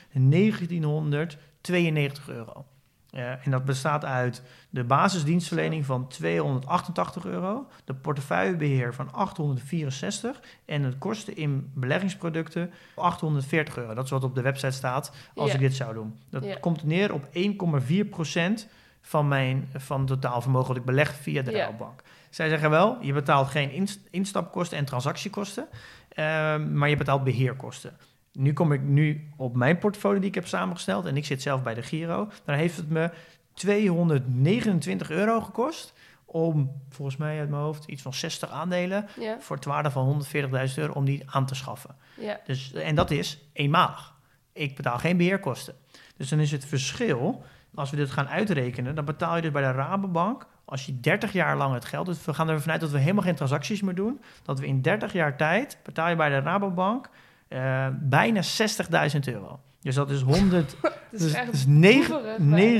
negentienhonderdtweeënnegentig euro. Uh, en dat bestaat uit de basisdienstverlening van tweehonderdachtentachtig euro, de portefeuillebeheer van achthonderdvierenzestig en het kosten in beleggingsproducten achthonderdveertig euro. Dat is wat op de website staat als Ja. ik dit zou doen. Dat Ja. komt neer op één komma vier procent van mijn van totaal vermogen dat ik beleg via de Ja. Rabobank. Zij zeggen wel, je betaalt geen inst- instapkosten en transactiekosten, uh, maar je betaalt beheerkosten. Nu kom ik nu op mijn portfolio die ik heb samengesteld en ik zit zelf bij de Giro. Dan heeft het me tweehonderdnegenentwintig euro gekost om, volgens mij uit mijn hoofd, iets van zestig aandelen Ja. voor het waarde van honderdveertigduizend euro om die aan te schaffen. Ja. Dus, en dat is eenmalig. Ik betaal geen beheerkosten. Dus dan is het verschil, als we dit gaan uitrekenen, dan betaal je dus bij de Rabobank, als je dertig jaar lang het geld, dus we gaan er vanuit dat we helemaal geen transacties meer doen, dat we in dertig jaar tijd, betaal je bij de Rabobank Uh, bijna zestigduizend euro. Dus dat is honderd. Dat is dus, echt dus negen, boeverig,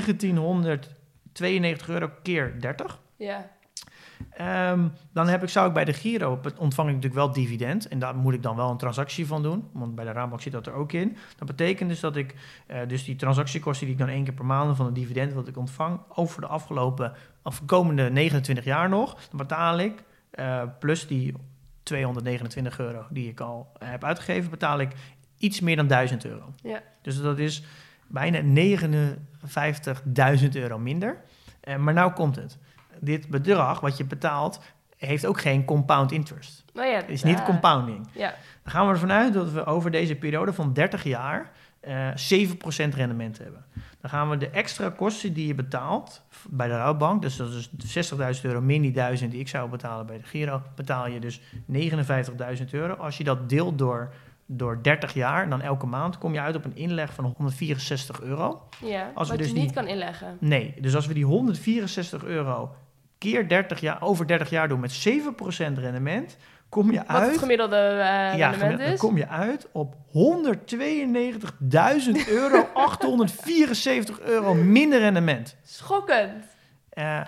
negentienhonderdtweeënnegentig euro keer dertig. Ja. Um, dan heb ik, zou ik bij de Giro ontvang ik natuurlijk wel dividend. En daar moet ik dan wel een transactie van doen. Want bij de Rabobank zit dat er ook in. Dat betekent dus dat ik uh, dus die transactiekosten die ik dan één keer per maand van het dividend wat ik ontvang over de afgelopen of komende negenentwintig jaar nog, dan betaal ik uh, plus die tweehonderdnegenentwintig euro die ik al heb uitgegeven, betaal ik iets meer dan duizend euro. Ja. Dus dat is bijna negenenvijftigduizend euro minder. Uh, maar nou komt het. Dit bedrag wat je betaalt heeft ook geen compound interest. Nou ja, Het is niet uh, compounding. Ja. Dan gaan we ervan uit dat we over deze periode van dertig jaar uh, zeven procent rendement hebben. Dan gaan we de extra kosten die je betaalt bij de Rabobank, dus dat is zestigduizend euro min die duizend die ik zou betalen bij de Giro, betaal je dus negenenvijftigduizend euro. Als je dat deelt door, door dertig jaar, dan elke maand kom je uit op een inleg van honderdvierenzestig euro. Ja, Als we wat dus je niet die- kan inleggen. Nee, dus als we die honderdvierenzestig euro keer dertig jaar, over dertig jaar doen met zeven procent rendement, kom je Wat uit... het gemiddelde uh, Ja, rendement gemiddeld, dan is. kom je uit op honderdtweeënnegentigduizend euro, achthonderdvierenzeventig euro minder rendement. Schokkend. Uh,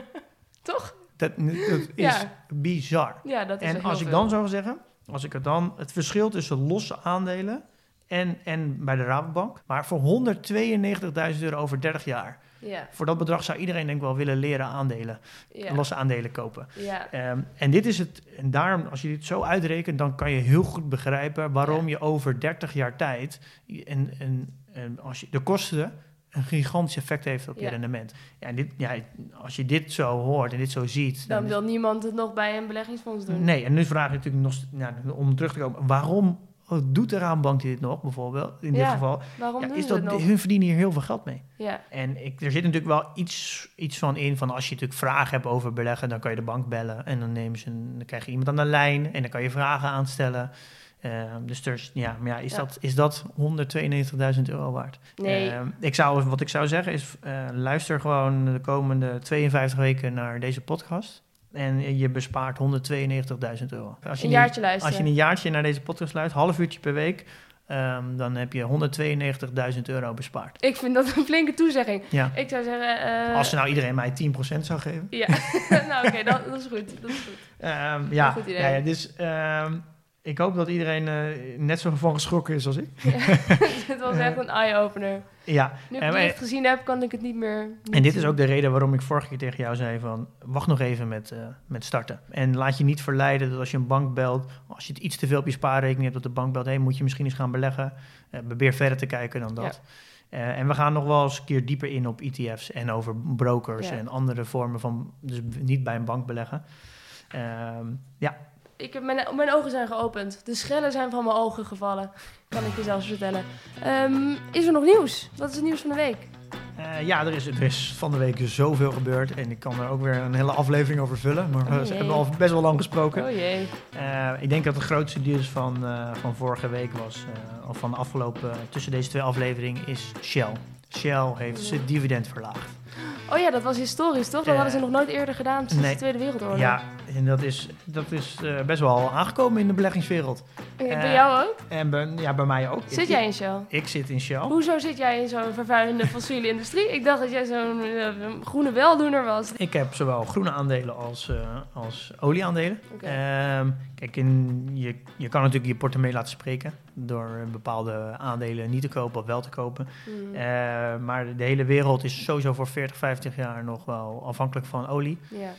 Toch? dat, dat is Ja. bizar. Ja, dat is En echt als heel ik veel. dan zou zeggen, als ik het dan, het verschil tussen losse aandelen en, en bij de Rabobank, maar voor honderdtweeënnegentigduizend euro over dertig jaar. Ja, Voor dat bedrag zou iedereen denk ik wel willen leren aandelen, ja. losse aandelen kopen. Ja. Um, en dit is het, en daarom, als je dit zo uitrekent, dan kan je heel goed begrijpen waarom Ja. je over dertig jaar tijd en, en, en als je de kosten een gigantisch effect heeft op je Ja. rendement. Ja, en dit, ja, als je dit zo hoort en dit zo ziet, Dan is- wil niemand het nog bij een beleggingsfonds doen. nee. En nu vraag je natuurlijk nog, st- nou, om terug te komen, waarom doet de Rabobank dit nog, bijvoorbeeld in dit Ja. geval? Waarom Ja, doen is ze dat het nog? hun verdienen hier heel veel geld mee. Ja, En ik, er zit natuurlijk wel iets, iets van in van als je natuurlijk vragen hebt over beleggen, dan kan je de bank bellen en dan nemen ze een, dan krijg je iemand aan de lijn en dan kan je vragen aanstellen. Uh, dus er, ja, maar ja, is, ja. Dat, is dat honderdtweeënnegentigduizend euro waard? Nee. Uh, ik zou, wat ik zou zeggen is, uh, luister gewoon de komende tweeënvijftig weken naar deze podcast. En je bespaart honderdtweeënnegentigduizend euro. Als je een jaartje luisteren. Als je een jaartje naar deze podcast luistert, half uurtje per week... Um, dan heb je honderdtweeënnegentigduizend euro bespaard. Ik vind dat een flinke toezegging. Ja. Ik zou zeggen... Uh... Als ze nou iedereen mij tien procent zou geven. Ja, nou oké, okay, dat, dat is goed. Dat is goed. Um, ja, goed idee. Ja, ja, dus um, ik hoop dat iedereen uh, net zo van geschrokken is als ik. Ja, het was echt een eye-opener. Ja. Nu ik het echt gezien heb, kan ik het niet meer... Niet en dit zien. is ook de reden waarom ik vorige keer tegen jou zei van... wacht nog even met, uh, met starten. En laat je niet verleiden dat als je een bank belt... als je het iets te veel op je spaarrekening hebt dat de bank belt... hé, hey, moet je misschien eens gaan beleggen. Uh, probeer verder te kijken dan dat. Ja. Uh, en we gaan nog wel eens een keer dieper in op E T F's... en over brokers ja. en andere vormen van... dus niet bij een bank beleggen. Uh, ja... Ik heb mijn, mijn ogen zijn geopend. De schellen zijn van mijn ogen gevallen. Kan ik je zelfs vertellen. Um, is er nog nieuws? Wat is het nieuws van de week? Uh, ja, er is, er is van de week zoveel gebeurd. En ik kan er ook weer een hele aflevering over vullen. Maar oh, we hebben al best wel lang gesproken. Oh jee. Uh, ik denk dat het grootste nieuws van, uh, van vorige week was... Uh, of van de afgelopen... Uh, tussen deze twee afleveringen is Shell. Shell heeft zijn dividend verlaagd. Oh ja, dat was historisch, toch? Dat uh, hadden ze nog nooit eerder gedaan sinds nee, de Tweede Wereldoorlog. Ja, en dat is, dat is uh, best wel aangekomen in de beleggingswereld. Uh, bij jou ook? En bij, ja, bij mij ook. Zit ik, jij in Shell? Ik zit in Shell. Hoezo zit jij in zo'n vervuilende fossiele industrie? Ik dacht dat jij zo'n uh, groene weldoener was. Ik heb zowel groene aandelen als, uh, als olieaandelen. Okay. Um, kijk, in, je, je kan natuurlijk je portemonnee laten spreken... door bepaalde aandelen niet te kopen of wel te kopen. Mm. Uh, maar de hele wereld is sowieso voor veertig, vijftig jaar nog wel afhankelijk van olie. Yeah.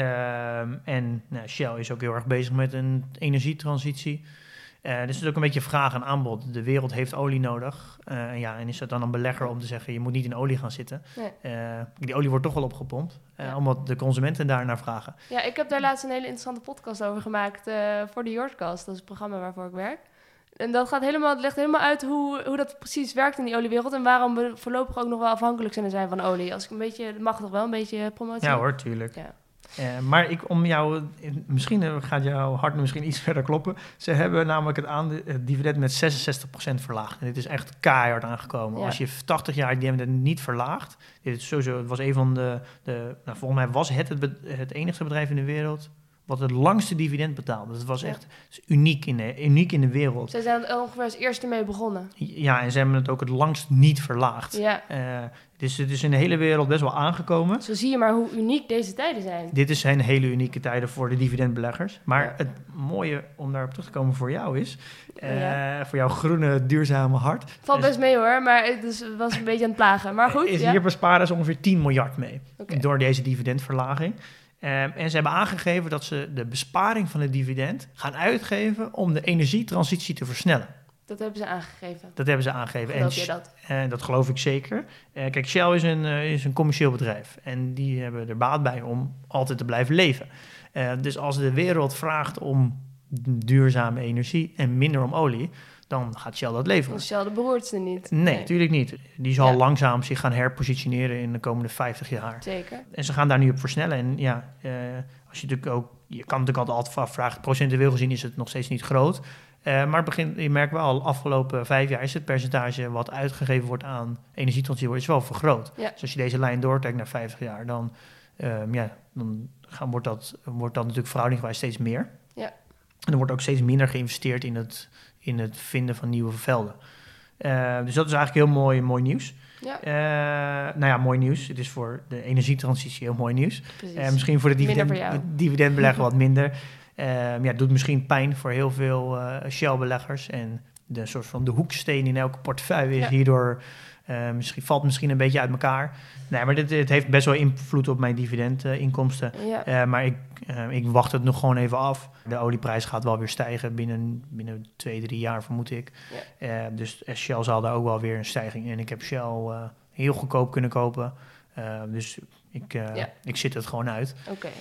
Uh, en nou, Shell is ook heel erg bezig met een energietransitie. Uh, dus het is ook een beetje vraag en aanbod. De wereld heeft olie nodig. Uh, ja, en is het dan een belegger om te zeggen... je moet niet in olie gaan zitten. Nee. Uh, die olie wordt toch wel opgepompt. Uh, ja. Omdat de consumenten daarnaar vragen. Ja, ik heb daar laatst een hele interessante podcast over gemaakt... Uh, voor de Yardcast. Dat is het programma waarvoor ik werk. En dat gaat helemaal, het legt helemaal uit hoe, hoe dat precies werkt in die oliewereld... en waarom we voorlopig ook nog wel afhankelijk zijn, zijn van olie. Als ik een beetje... mag toch wel een beetje promotie? Ja hoor, tuurlijk. Ja. Uh, maar ik, om jou, misschien gaat jouw hart misschien iets verder kloppen. Ze hebben namelijk het, aande, het dividend met zesenzestig procent verlaagd. En dit is echt keihard aangekomen. Ja. Als je tachtig jaar het dividend niet verlaagt... Dit is sowieso, het was een van de... de nou, volgens mij was het, het het enigste bedrijf in de wereld... wat het langste dividend betaalde. Dat was ja. echt uniek in, de, uniek in de wereld. Zij zijn er ongeveer als eerste mee begonnen. Ja, en ze hebben het ook het langst niet verlaagd. Ja. Uh, dus het is in de hele wereld best wel aangekomen. Zo zie je maar hoe uniek deze tijden zijn. Dit zijn hele unieke tijden voor de dividendbeleggers. Maar ja. het mooie om daarop terug te komen voor jou is... Uh, ja. voor jouw groene, duurzame hart... Valt dus, best mee hoor, maar het is, was een beetje aan het plagen. Maar goed, is ja. hier besparen ze ongeveer tien miljard mee. Okay. Door deze dividendverlaging. Um, en ze hebben aangegeven dat ze de besparing van het dividend gaan uitgeven om de energietransitie te versnellen. Dat hebben ze aangegeven. Dat hebben ze aangegeven. Geloof en, je dat? En dat geloof ik zeker. Uh, kijk, Shell is een, uh, is een commercieel bedrijf. En die hebben er baat bij om altijd te blijven leven. Uh, dus als de wereld vraagt om duurzame energie en minder om olie... dan gaat Shell dat leveren. Dus Shell de beroerdste niet. Nee, natuurlijk nee. niet. Die zal ja. langzaam zich gaan herpositioneren in de komende vijftig jaar. Zeker. En ze gaan daar nu op versnellen. En ja, uh, als je natuurlijk ook... Je kan natuurlijk altijd afvragen, procentueel gezien is het nog steeds niet groot. Uh, maar het begint, je merkt wel, de afgelopen vijf jaar is het percentage wat uitgegeven wordt aan energietransitie is wel vergroot. Ja. Dus als je deze lijn doortrekt naar vijftig jaar, dan, um, ja, dan gaan, wordt, dat, wordt dat natuurlijk verhoudinggewijs steeds meer. Ja. En er wordt ook steeds minder geïnvesteerd in het, in het vinden van nieuwe velden. Uh, dus dat is eigenlijk heel mooi, mooi nieuws. Ja. Uh, nou ja, mooi nieuws. Het is voor de energietransitie heel mooi nieuws. Uh, misschien voor de dividend, dividendbelegger wat minder. Uh, ja, het doet misschien pijn voor heel veel uh, Shell-beleggers. En de soort van de hoeksteen in elke portefeuille is ja. hierdoor... Uh, misschien, valt misschien een beetje uit elkaar. Nee, maar dit, dit heeft best wel invloed op mijn dividendinkomsten. Uh, ja. uh, maar ik, uh, ik wacht het nog gewoon even af. De olieprijs gaat wel weer stijgen binnen, binnen twee, drie jaar, vermoed ik. Ja. Uh, dus Shell zal daar ook wel weer een stijging in. Ik heb Shell uh, heel goedkoop kunnen kopen. Uh, dus ik, uh, ja. ik zit het gewoon uit.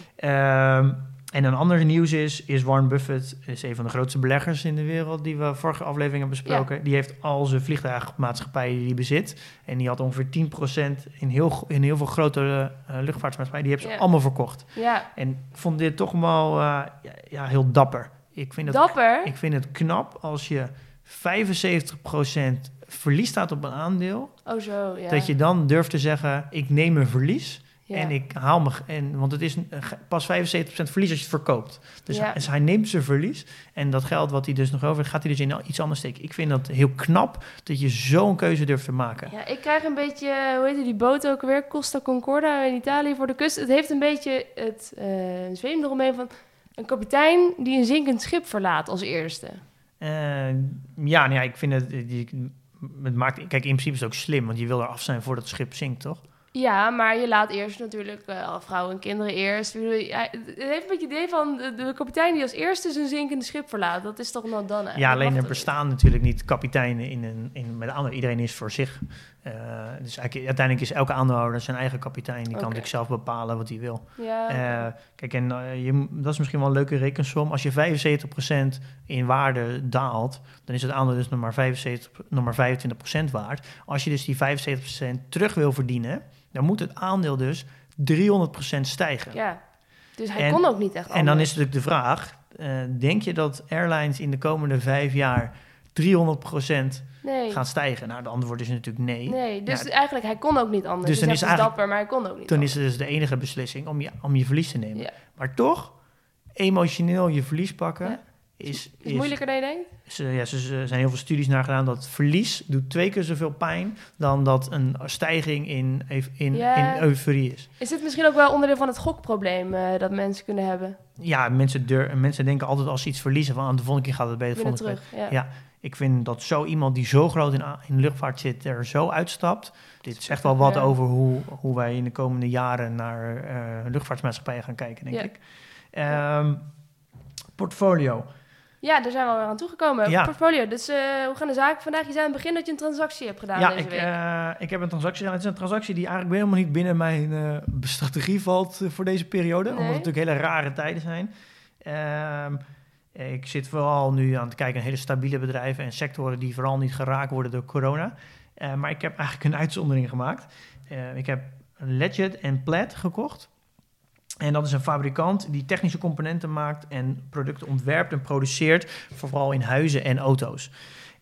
Okay. Uh, En een ander nieuws is, is Warren Buffett is een van de grootste beleggers in de wereld... die we vorige aflevering hebben besproken. Ja. Die heeft al zijn vliegtuigmaatschappijen die hij bezit. En die had ongeveer tien procent in heel, in heel veel grote uh, luchtvaartmaatschappijen. Die heeft ze ja. allemaal verkocht. Ja. En ik vond dit toch wel uh, ja, ja, heel dapper. Ik vind het, Dapper? Ik vind het knap als je vijfenzeventig procent verlies staat op een aandeel. Oh zo, ja. Dat je dan durft te zeggen, ik neem een verlies. Ja. En ik haal me... En, want het is een, pas vijfenzeventig procent verlies als je het verkoopt. Dus, Ja. hij, dus hij neemt zijn verlies. En dat geld wat hij dus nog over heeft, gaat hij dus in iets anders steken. Ik vind dat heel knap dat je zo'n keuze durft te maken. Ja, ik krijg een beetje, hoe heet die boot ook weer? Costa Concordia in Italië voor de kust. Het heeft een beetje het uh, zweem eromheen van een kapitein die een zinkend schip verlaat als eerste. Uh, ja, nou ja, ik vind het... Die, het maakt, kijk, in principe is het ook slim, want je wil er af zijn voordat het schip zinkt, toch? Ja, maar je laat eerst natuurlijk uh, vrouwen en kinderen eerst. Ja, het heeft een beetje het idee van de, de kapitein die als eerste zijn zinkende schip verlaat. Dat is toch not done. Ja, alleen er bestaan niet. natuurlijk niet kapiteinen in een, in, met andere. Iedereen is voor zich. Uh, dus uiteindelijk is elke aandeelhouder zijn eigen kapitein. Die okay. kan natuurlijk zelf bepalen wat hij wil. Ja, okay. uh, kijk, en uh, je, dat is misschien wel een leuke rekensom. Als je vijfenzeventig procent in waarde daalt, dan is het aandeel dus nog maar, vijfenzeventig, nog maar vijfentwintig procent waard. Als je dus die vijfenzeventig procent terug wil verdienen, dan moet het aandeel dus driehonderd procent stijgen. Ja, dus hij en, kon ook niet echt anders. En dan is natuurlijk de vraag, uh, denk je dat airlines in de komende vijf jaar driehonderd procent nee. gaan stijgen? Nou, de antwoord is natuurlijk nee. Nee, dus ja, eigenlijk, hij kon ook niet anders. Dus dus dan is het dapper, maar hij kon ook niet Dan anders. is het dus de enige beslissing om je, om je verlies te nemen. Ja. Maar toch, emotioneel je verlies pakken... Ja. Is, is, is moeilijker dan je denkt? Ze, ja, ze, er zijn heel veel studies naar gedaan dat verlies doet twee keer zoveel pijn dan dat een stijging in, in, ja. in euforie is. Is dit misschien ook wel onderdeel van het gokprobleem uh, dat mensen kunnen hebben? Ja, mensen, dur- mensen denken altijd als ze iets verliezen van de volgende keer gaat het beter. Binnen volgende terug, keer. Ja. ja, ik vind dat zo iemand die zo groot in, in de luchtvaart zit er zo uitstapt. Dit zegt wel wat ja. over hoe, hoe wij in de komende jaren naar uh, luchtvaartmaatschappijen gaan kijken, denk ja. ik. Um, portfolio. Ja, daar zijn we alweer aan toegekomen. Ja. Portfolio. Dus uh, hoe gaan de zaken vandaag? Je zei aan het begin dat je een transactie hebt gedaan ja, deze ik, week. Uh, ik heb een transactie gedaan. Het is een transactie die eigenlijk helemaal niet binnen mijn uh, strategie valt uh, voor deze periode. Nee. Omdat het natuurlijk hele rare tijden zijn. Uh, ik zit vooral nu aan het kijken naar hele stabiele bedrijven en sectoren die vooral niet geraakt worden door corona. Uh, maar ik heb eigenlijk een uitzondering gemaakt. Uh, ik heb Legit en Plaid gekocht. En dat is een fabrikant die technische componenten maakt en producten ontwerpt en produceert, vooral in huizen en auto's.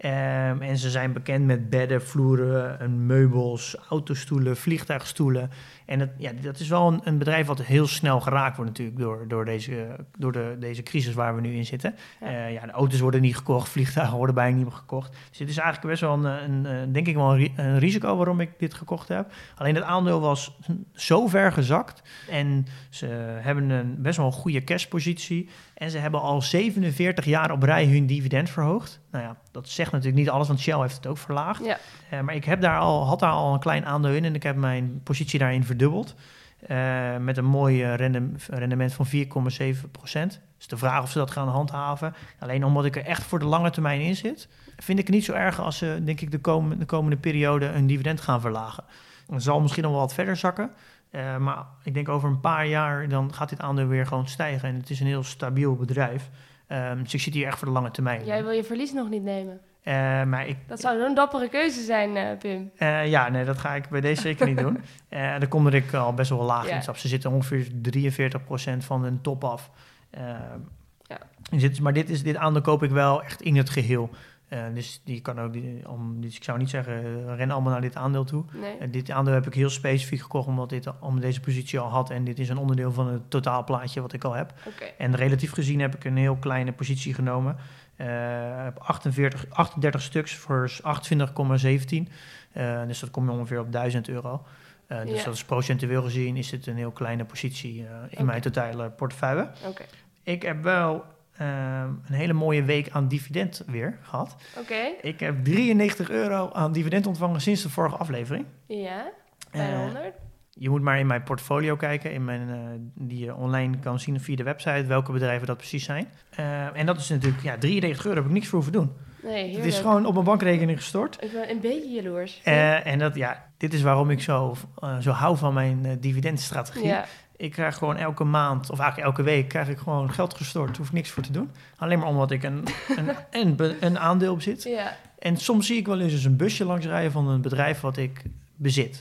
Um, en ze zijn bekend met bedden, vloeren, meubels, autostoelen, vliegtuigstoelen. En het, ja, dat is wel een, een bedrijf wat heel snel geraakt wordt natuurlijk door, door, deze, door de, deze crisis waar we nu in zitten. Ja. Uh, ja, de auto's worden niet gekocht, vliegtuigen worden bijna niet meer gekocht. Dus dit is eigenlijk best wel een, een, een denk ik wel een, een risico waarom ik dit gekocht heb. Alleen het aandeel was zo ver gezakt en ze hebben een best wel een goede cashpositie. En ze hebben al zevenenveertig jaar op rij hun dividend verhoogd. Nou ja, dat zegt natuurlijk niet alles, want Shell heeft het ook verlaagd. Ja. Uh, maar ik heb daar al, had daar al een klein aandeel in en ik heb mijn positie daarin verdubbeld. Uh, met een mooi uh, rende, rendement van vier komma zeven procent. Dus de vraag of ze dat gaan handhaven. Alleen omdat ik er echt voor de lange termijn in zit, vind ik het niet zo erg als ze, denk ik, de komende, de komende periode een dividend gaan verlagen. Het zal misschien nog wel wat verder zakken. Uh, maar ik denk over een paar jaar, dan gaat dit aandeel weer gewoon stijgen. En het is een heel stabiel bedrijf. Um, dus ik zit hier echt voor de lange termijn. Jij wil je verlies nog niet nemen? Uh, maar ik, dat zou een dappere keuze zijn, uh, Pim. Uh, ja, nee, dat ga ik bij deze zeker niet doen. Uh, daar kom ik al best wel laag ja. in stap. Ze zitten ongeveer drieënveertig procent van hun top af. Uh, ja. Zit, maar dit, is, dit aandeel koop ik wel echt in het geheel. Uh, dus die kan ook, die, om, dus ik zou niet zeggen, uh, ren allemaal naar dit aandeel toe. Nee. Uh, dit aandeel heb ik heel specifiek gekocht omdat dit om deze positie al had. En dit is een onderdeel van het totaalplaatje wat ik al heb. Okay. En relatief gezien heb ik een heel kleine positie genomen. Ik uh, heb achtenveertig, achtendertig stuks voor achtentwintig komma zeventien. Uh, dus dat komt ongeveer op duizend euro. Uh, dus ja. dat is procentueel gezien is het een heel kleine positie uh, in okay. mijn totale portefeuille. Okay. Ik heb wel uh, een hele mooie week aan dividend weer gehad. Okay. Ik heb drieënnegentig euro aan dividend ontvangen sinds de vorige aflevering. Ja, bijna uh, honderd. Je moet maar in mijn portfolio kijken, in mijn, uh, die je online kan zien via de website, welke bedrijven dat precies zijn. Uh, en dat is natuurlijk, ja, drieënnegentig euro heb ik niks voor hoeven doen. Nee, het is gewoon op mijn bankrekening gestort. Ik ben een beetje jaloers. Uh, en dat, ja, dit is waarom ik zo, uh, zo hou van mijn uh, dividendstrategie. Ja. Ik krijg gewoon elke maand, of eigenlijk elke week, krijg ik gewoon geld gestort. Daar hoef ik niks voor te doen. Alleen maar omdat ik een, een, een, een aandeel bezit. Ja. En soms zie ik wel eens een busje langsrijden van een bedrijf wat ik bezit.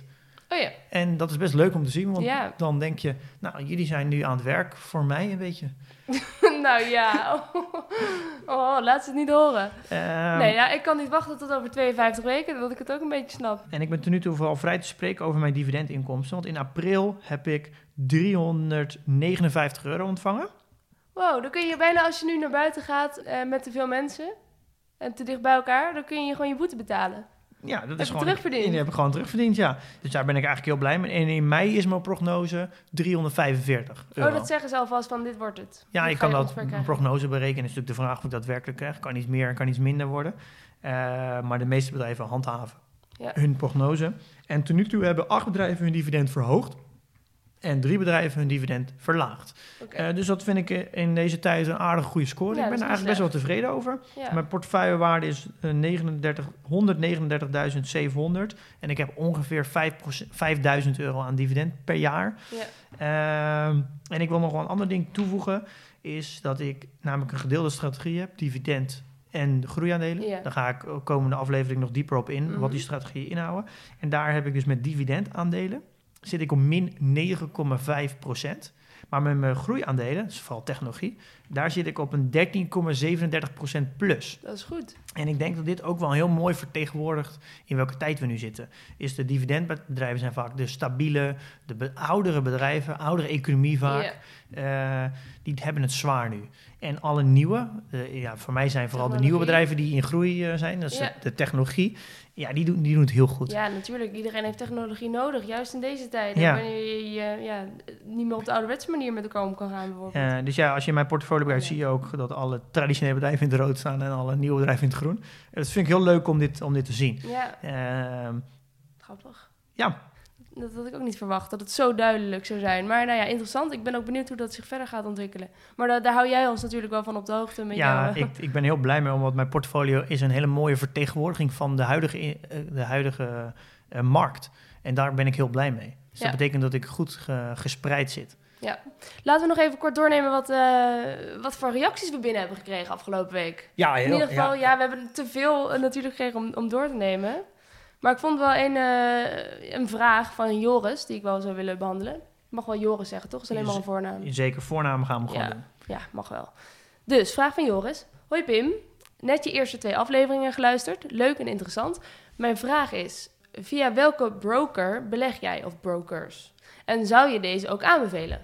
Oh ja. En dat is best leuk om te zien, want ja. dan denk je, nou, jullie zijn nu aan het werk voor mij een beetje. Nou ja, oh, oh, laat ze het niet horen. Uh, nee, ja, ik kan niet wachten tot over tweeënvijftig weken, dat ik het ook een beetje snap. En ik ben ten nu toe vooral vrij te spreken over mijn dividendinkomsten, want in april heb ik driehonderdnegenenvijftig euro ontvangen. Wow, dan kun je bijna als je nu naar buiten gaat uh, met te veel mensen en te dicht bij elkaar, dan kun je gewoon je boete betalen. Ja, dat heb is je gewoon terugverdiend? Die heb ik gewoon terugverdiend, ja. Dus daar ben ik eigenlijk heel blij mee. En in mei is mijn prognose driehonderdvijfenveertig euro. Oh, dat zeggen ze alvast van dit wordt het. Ja, dat je kan je dat een prognose berekenen. Is natuurlijk de vraag of ik dat werkelijk krijg. Kan iets meer, kan iets minder worden. Uh, maar de meeste bedrijven handhaven ja. hun prognose. En tot nu toe hebben acht bedrijven hun dividend verhoogd. En drie bedrijven hun dividend verlaagd. Okay. Uh, dus dat vind ik in deze tijd een aardig goede score. Ja, ik ben er eigenlijk best wel tevreden over. Ja. Mijn portefeuillewaarde is uh, honderdnegenendertigduizend zevenhonderd. En ik heb ongeveer vijfduizend euro aan dividend per jaar. Ja. Uh, en ik wil nog wel een ander ding toevoegen. Is dat ik namelijk een gedeelde strategie heb. Dividend en groeiaandelen. Ja. Daar ga ik de komende aflevering nog dieper op in. Mm-hmm. Wat die strategieën inhouden. En daar heb ik dus met dividendaandelen. Zit ik op min negen komma vijf procent. Maar met mijn groeiaandelen, dus vooral technologie, daar zit ik op een dertien komma zevenendertig procent plus. Dat is goed. En ik denk dat dit ook wel heel mooi vertegenwoordigt in welke tijd we nu zitten. Is de dividendbedrijven zijn vaak de stabiele, de be- oudere bedrijven, oudere economie vaak. Yeah. Uh, die hebben het zwaar nu. En alle nieuwe, uh, ja, voor mij zijn vooral de nieuwe bedrijven die in groei uh, zijn, dat is yeah. de, de technologie. Ja, die doen, die doen het heel goed. Ja, natuurlijk. Iedereen heeft technologie nodig, juist in deze tijden. Ja. Wanneer je, je ja, niet meer op de ouderwetse manier met elkaar om kan gaan, bijvoorbeeld. Uh, dus ja, als je in mijn portfolio bekijkt, ja. zie je ook dat alle traditionele bedrijven in het rood staan en alle nieuwe bedrijven in het groen. Dat vind ik heel leuk om dit, om dit te zien. Ja. Uh, Grappig. Ja. Dat had ik ook niet verwacht, dat het zo duidelijk zou zijn. Maar nou ja, interessant. Ik ben ook benieuwd hoe dat zich verder gaat ontwikkelen. Maar da- daar hou jij ons natuurlijk wel van op de hoogte. Met ja, jou. Ik, ik ben heel blij mee, omdat mijn portfolio is een hele mooie vertegenwoordiging van de huidige, de huidige uh, markt. En daar ben ik heel blij mee. Dus ja. dat betekent dat ik goed ge, gespreid zit. Ja. Laten we nog even kort doornemen wat, uh, wat voor reacties we binnen hebben gekregen afgelopen week. Ja, heel, In ieder geval, ja. ja, we hebben te veel uh, natuurlijk gekregen om, om door te nemen. Maar ik vond wel een, uh, een vraag van Joris, die ik wel zou willen behandelen. Ik mag wel Joris zeggen, toch? Het is alleen maar een voornaam. Zeker, voornaam gaan we gewoon ja. doen. Ja, mag wel. Dus, vraag van Joris. Hoi Pim, net je eerste twee afleveringen geluisterd. Leuk en interessant. Mijn vraag is, via welke broker beleg jij of brokers? En zou je deze ook aanbevelen?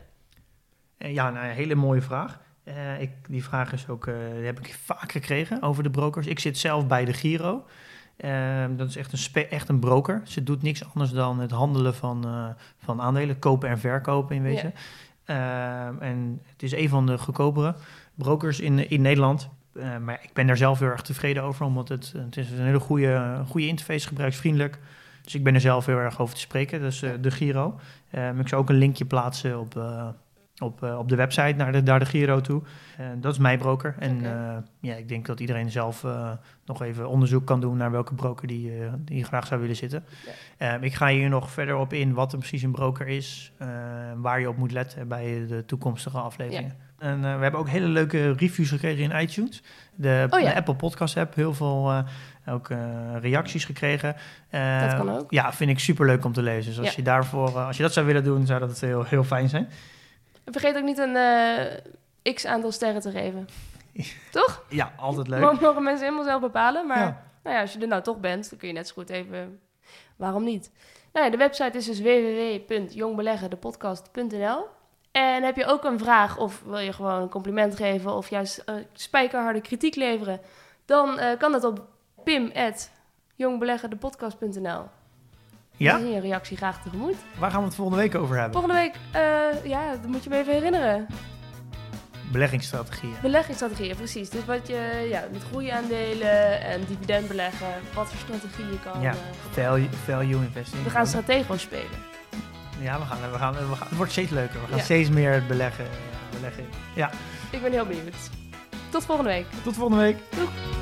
Ja, nou, een hele mooie vraag. Uh, ik, die vraag is ook, uh, die heb ik vaak gekregen over de brokers. Ik zit zelf bij de Giro. Uh, dat is echt een, spe- echt een broker. Ze doet niks anders dan het handelen van, uh, van aandelen, kopen en verkopen in wezen. Ja. Uh, en het is een van de goedkopere brokers in, in Nederland. Uh, maar ik ben daar zelf heel erg tevreden over, omdat het, het is een hele goede, goede interface, gebruiksvriendelijk. Dus ik ben er zelf heel erg over te spreken, dus uh, de Giro. Uh, ik zou ook een linkje plaatsen op... Uh, Op, uh, op de website naar de, naar de Giro toe. Uh, dat is mijn broker. En okay. uh, ja, ik denk dat iedereen zelf uh, nog even onderzoek kan doen naar welke broker die, uh, die graag zou willen zitten. Ja. Uh, ik ga hier nog verder op in wat er precies een broker is, uh, waar je op moet letten bij de toekomstige afleveringen. Ja. En uh, we hebben ook hele leuke reviews gekregen in iTunes. De, oh, ja. de Apple Podcast app, heel veel uh, ook, uh, reacties gekregen. Uh, dat kan ook. Ja, vind ik superleuk om te lezen. Dus als, ja. je, daarvoor, uh, als je dat zou willen doen, zou dat heel, heel fijn zijn. Vergeet ook niet een uh, x-aantal sterren te geven. Toch? Ja, altijd leuk. Mogen, mogen mensen helemaal zelf bepalen. Maar ja. Nou ja, als je er nou toch bent, dan kun je net zo goed even... Waarom niet? Nou ja, de website is dus w w w punt jongbeleggen de podcast punt n l. En heb je ook een vraag of wil je gewoon een compliment geven... of juist uh, spijkerharde kritiek leveren... dan uh, kan dat op pim at jongbeleggen de podcast punt n l. Ja? Dan zie je een reactie graag tegemoet. Waar gaan we het volgende week over hebben? Volgende week, uh, ja, dat moet je me even herinneren. Beleggingsstrategieën. Beleggingsstrategieën, precies. Dus wat je ja, met groeiaandelen en dividend beleggen, wat voor strategie je kan... Ja, uh, value, value investing. We gaan stratego spelen. Ja, we gaan, we gaan, we gaan, het wordt steeds leuker. We gaan ja. steeds meer beleggen, beleggen. Ja. Ik ben heel benieuwd. Tot volgende week. Tot volgende week. Doeg.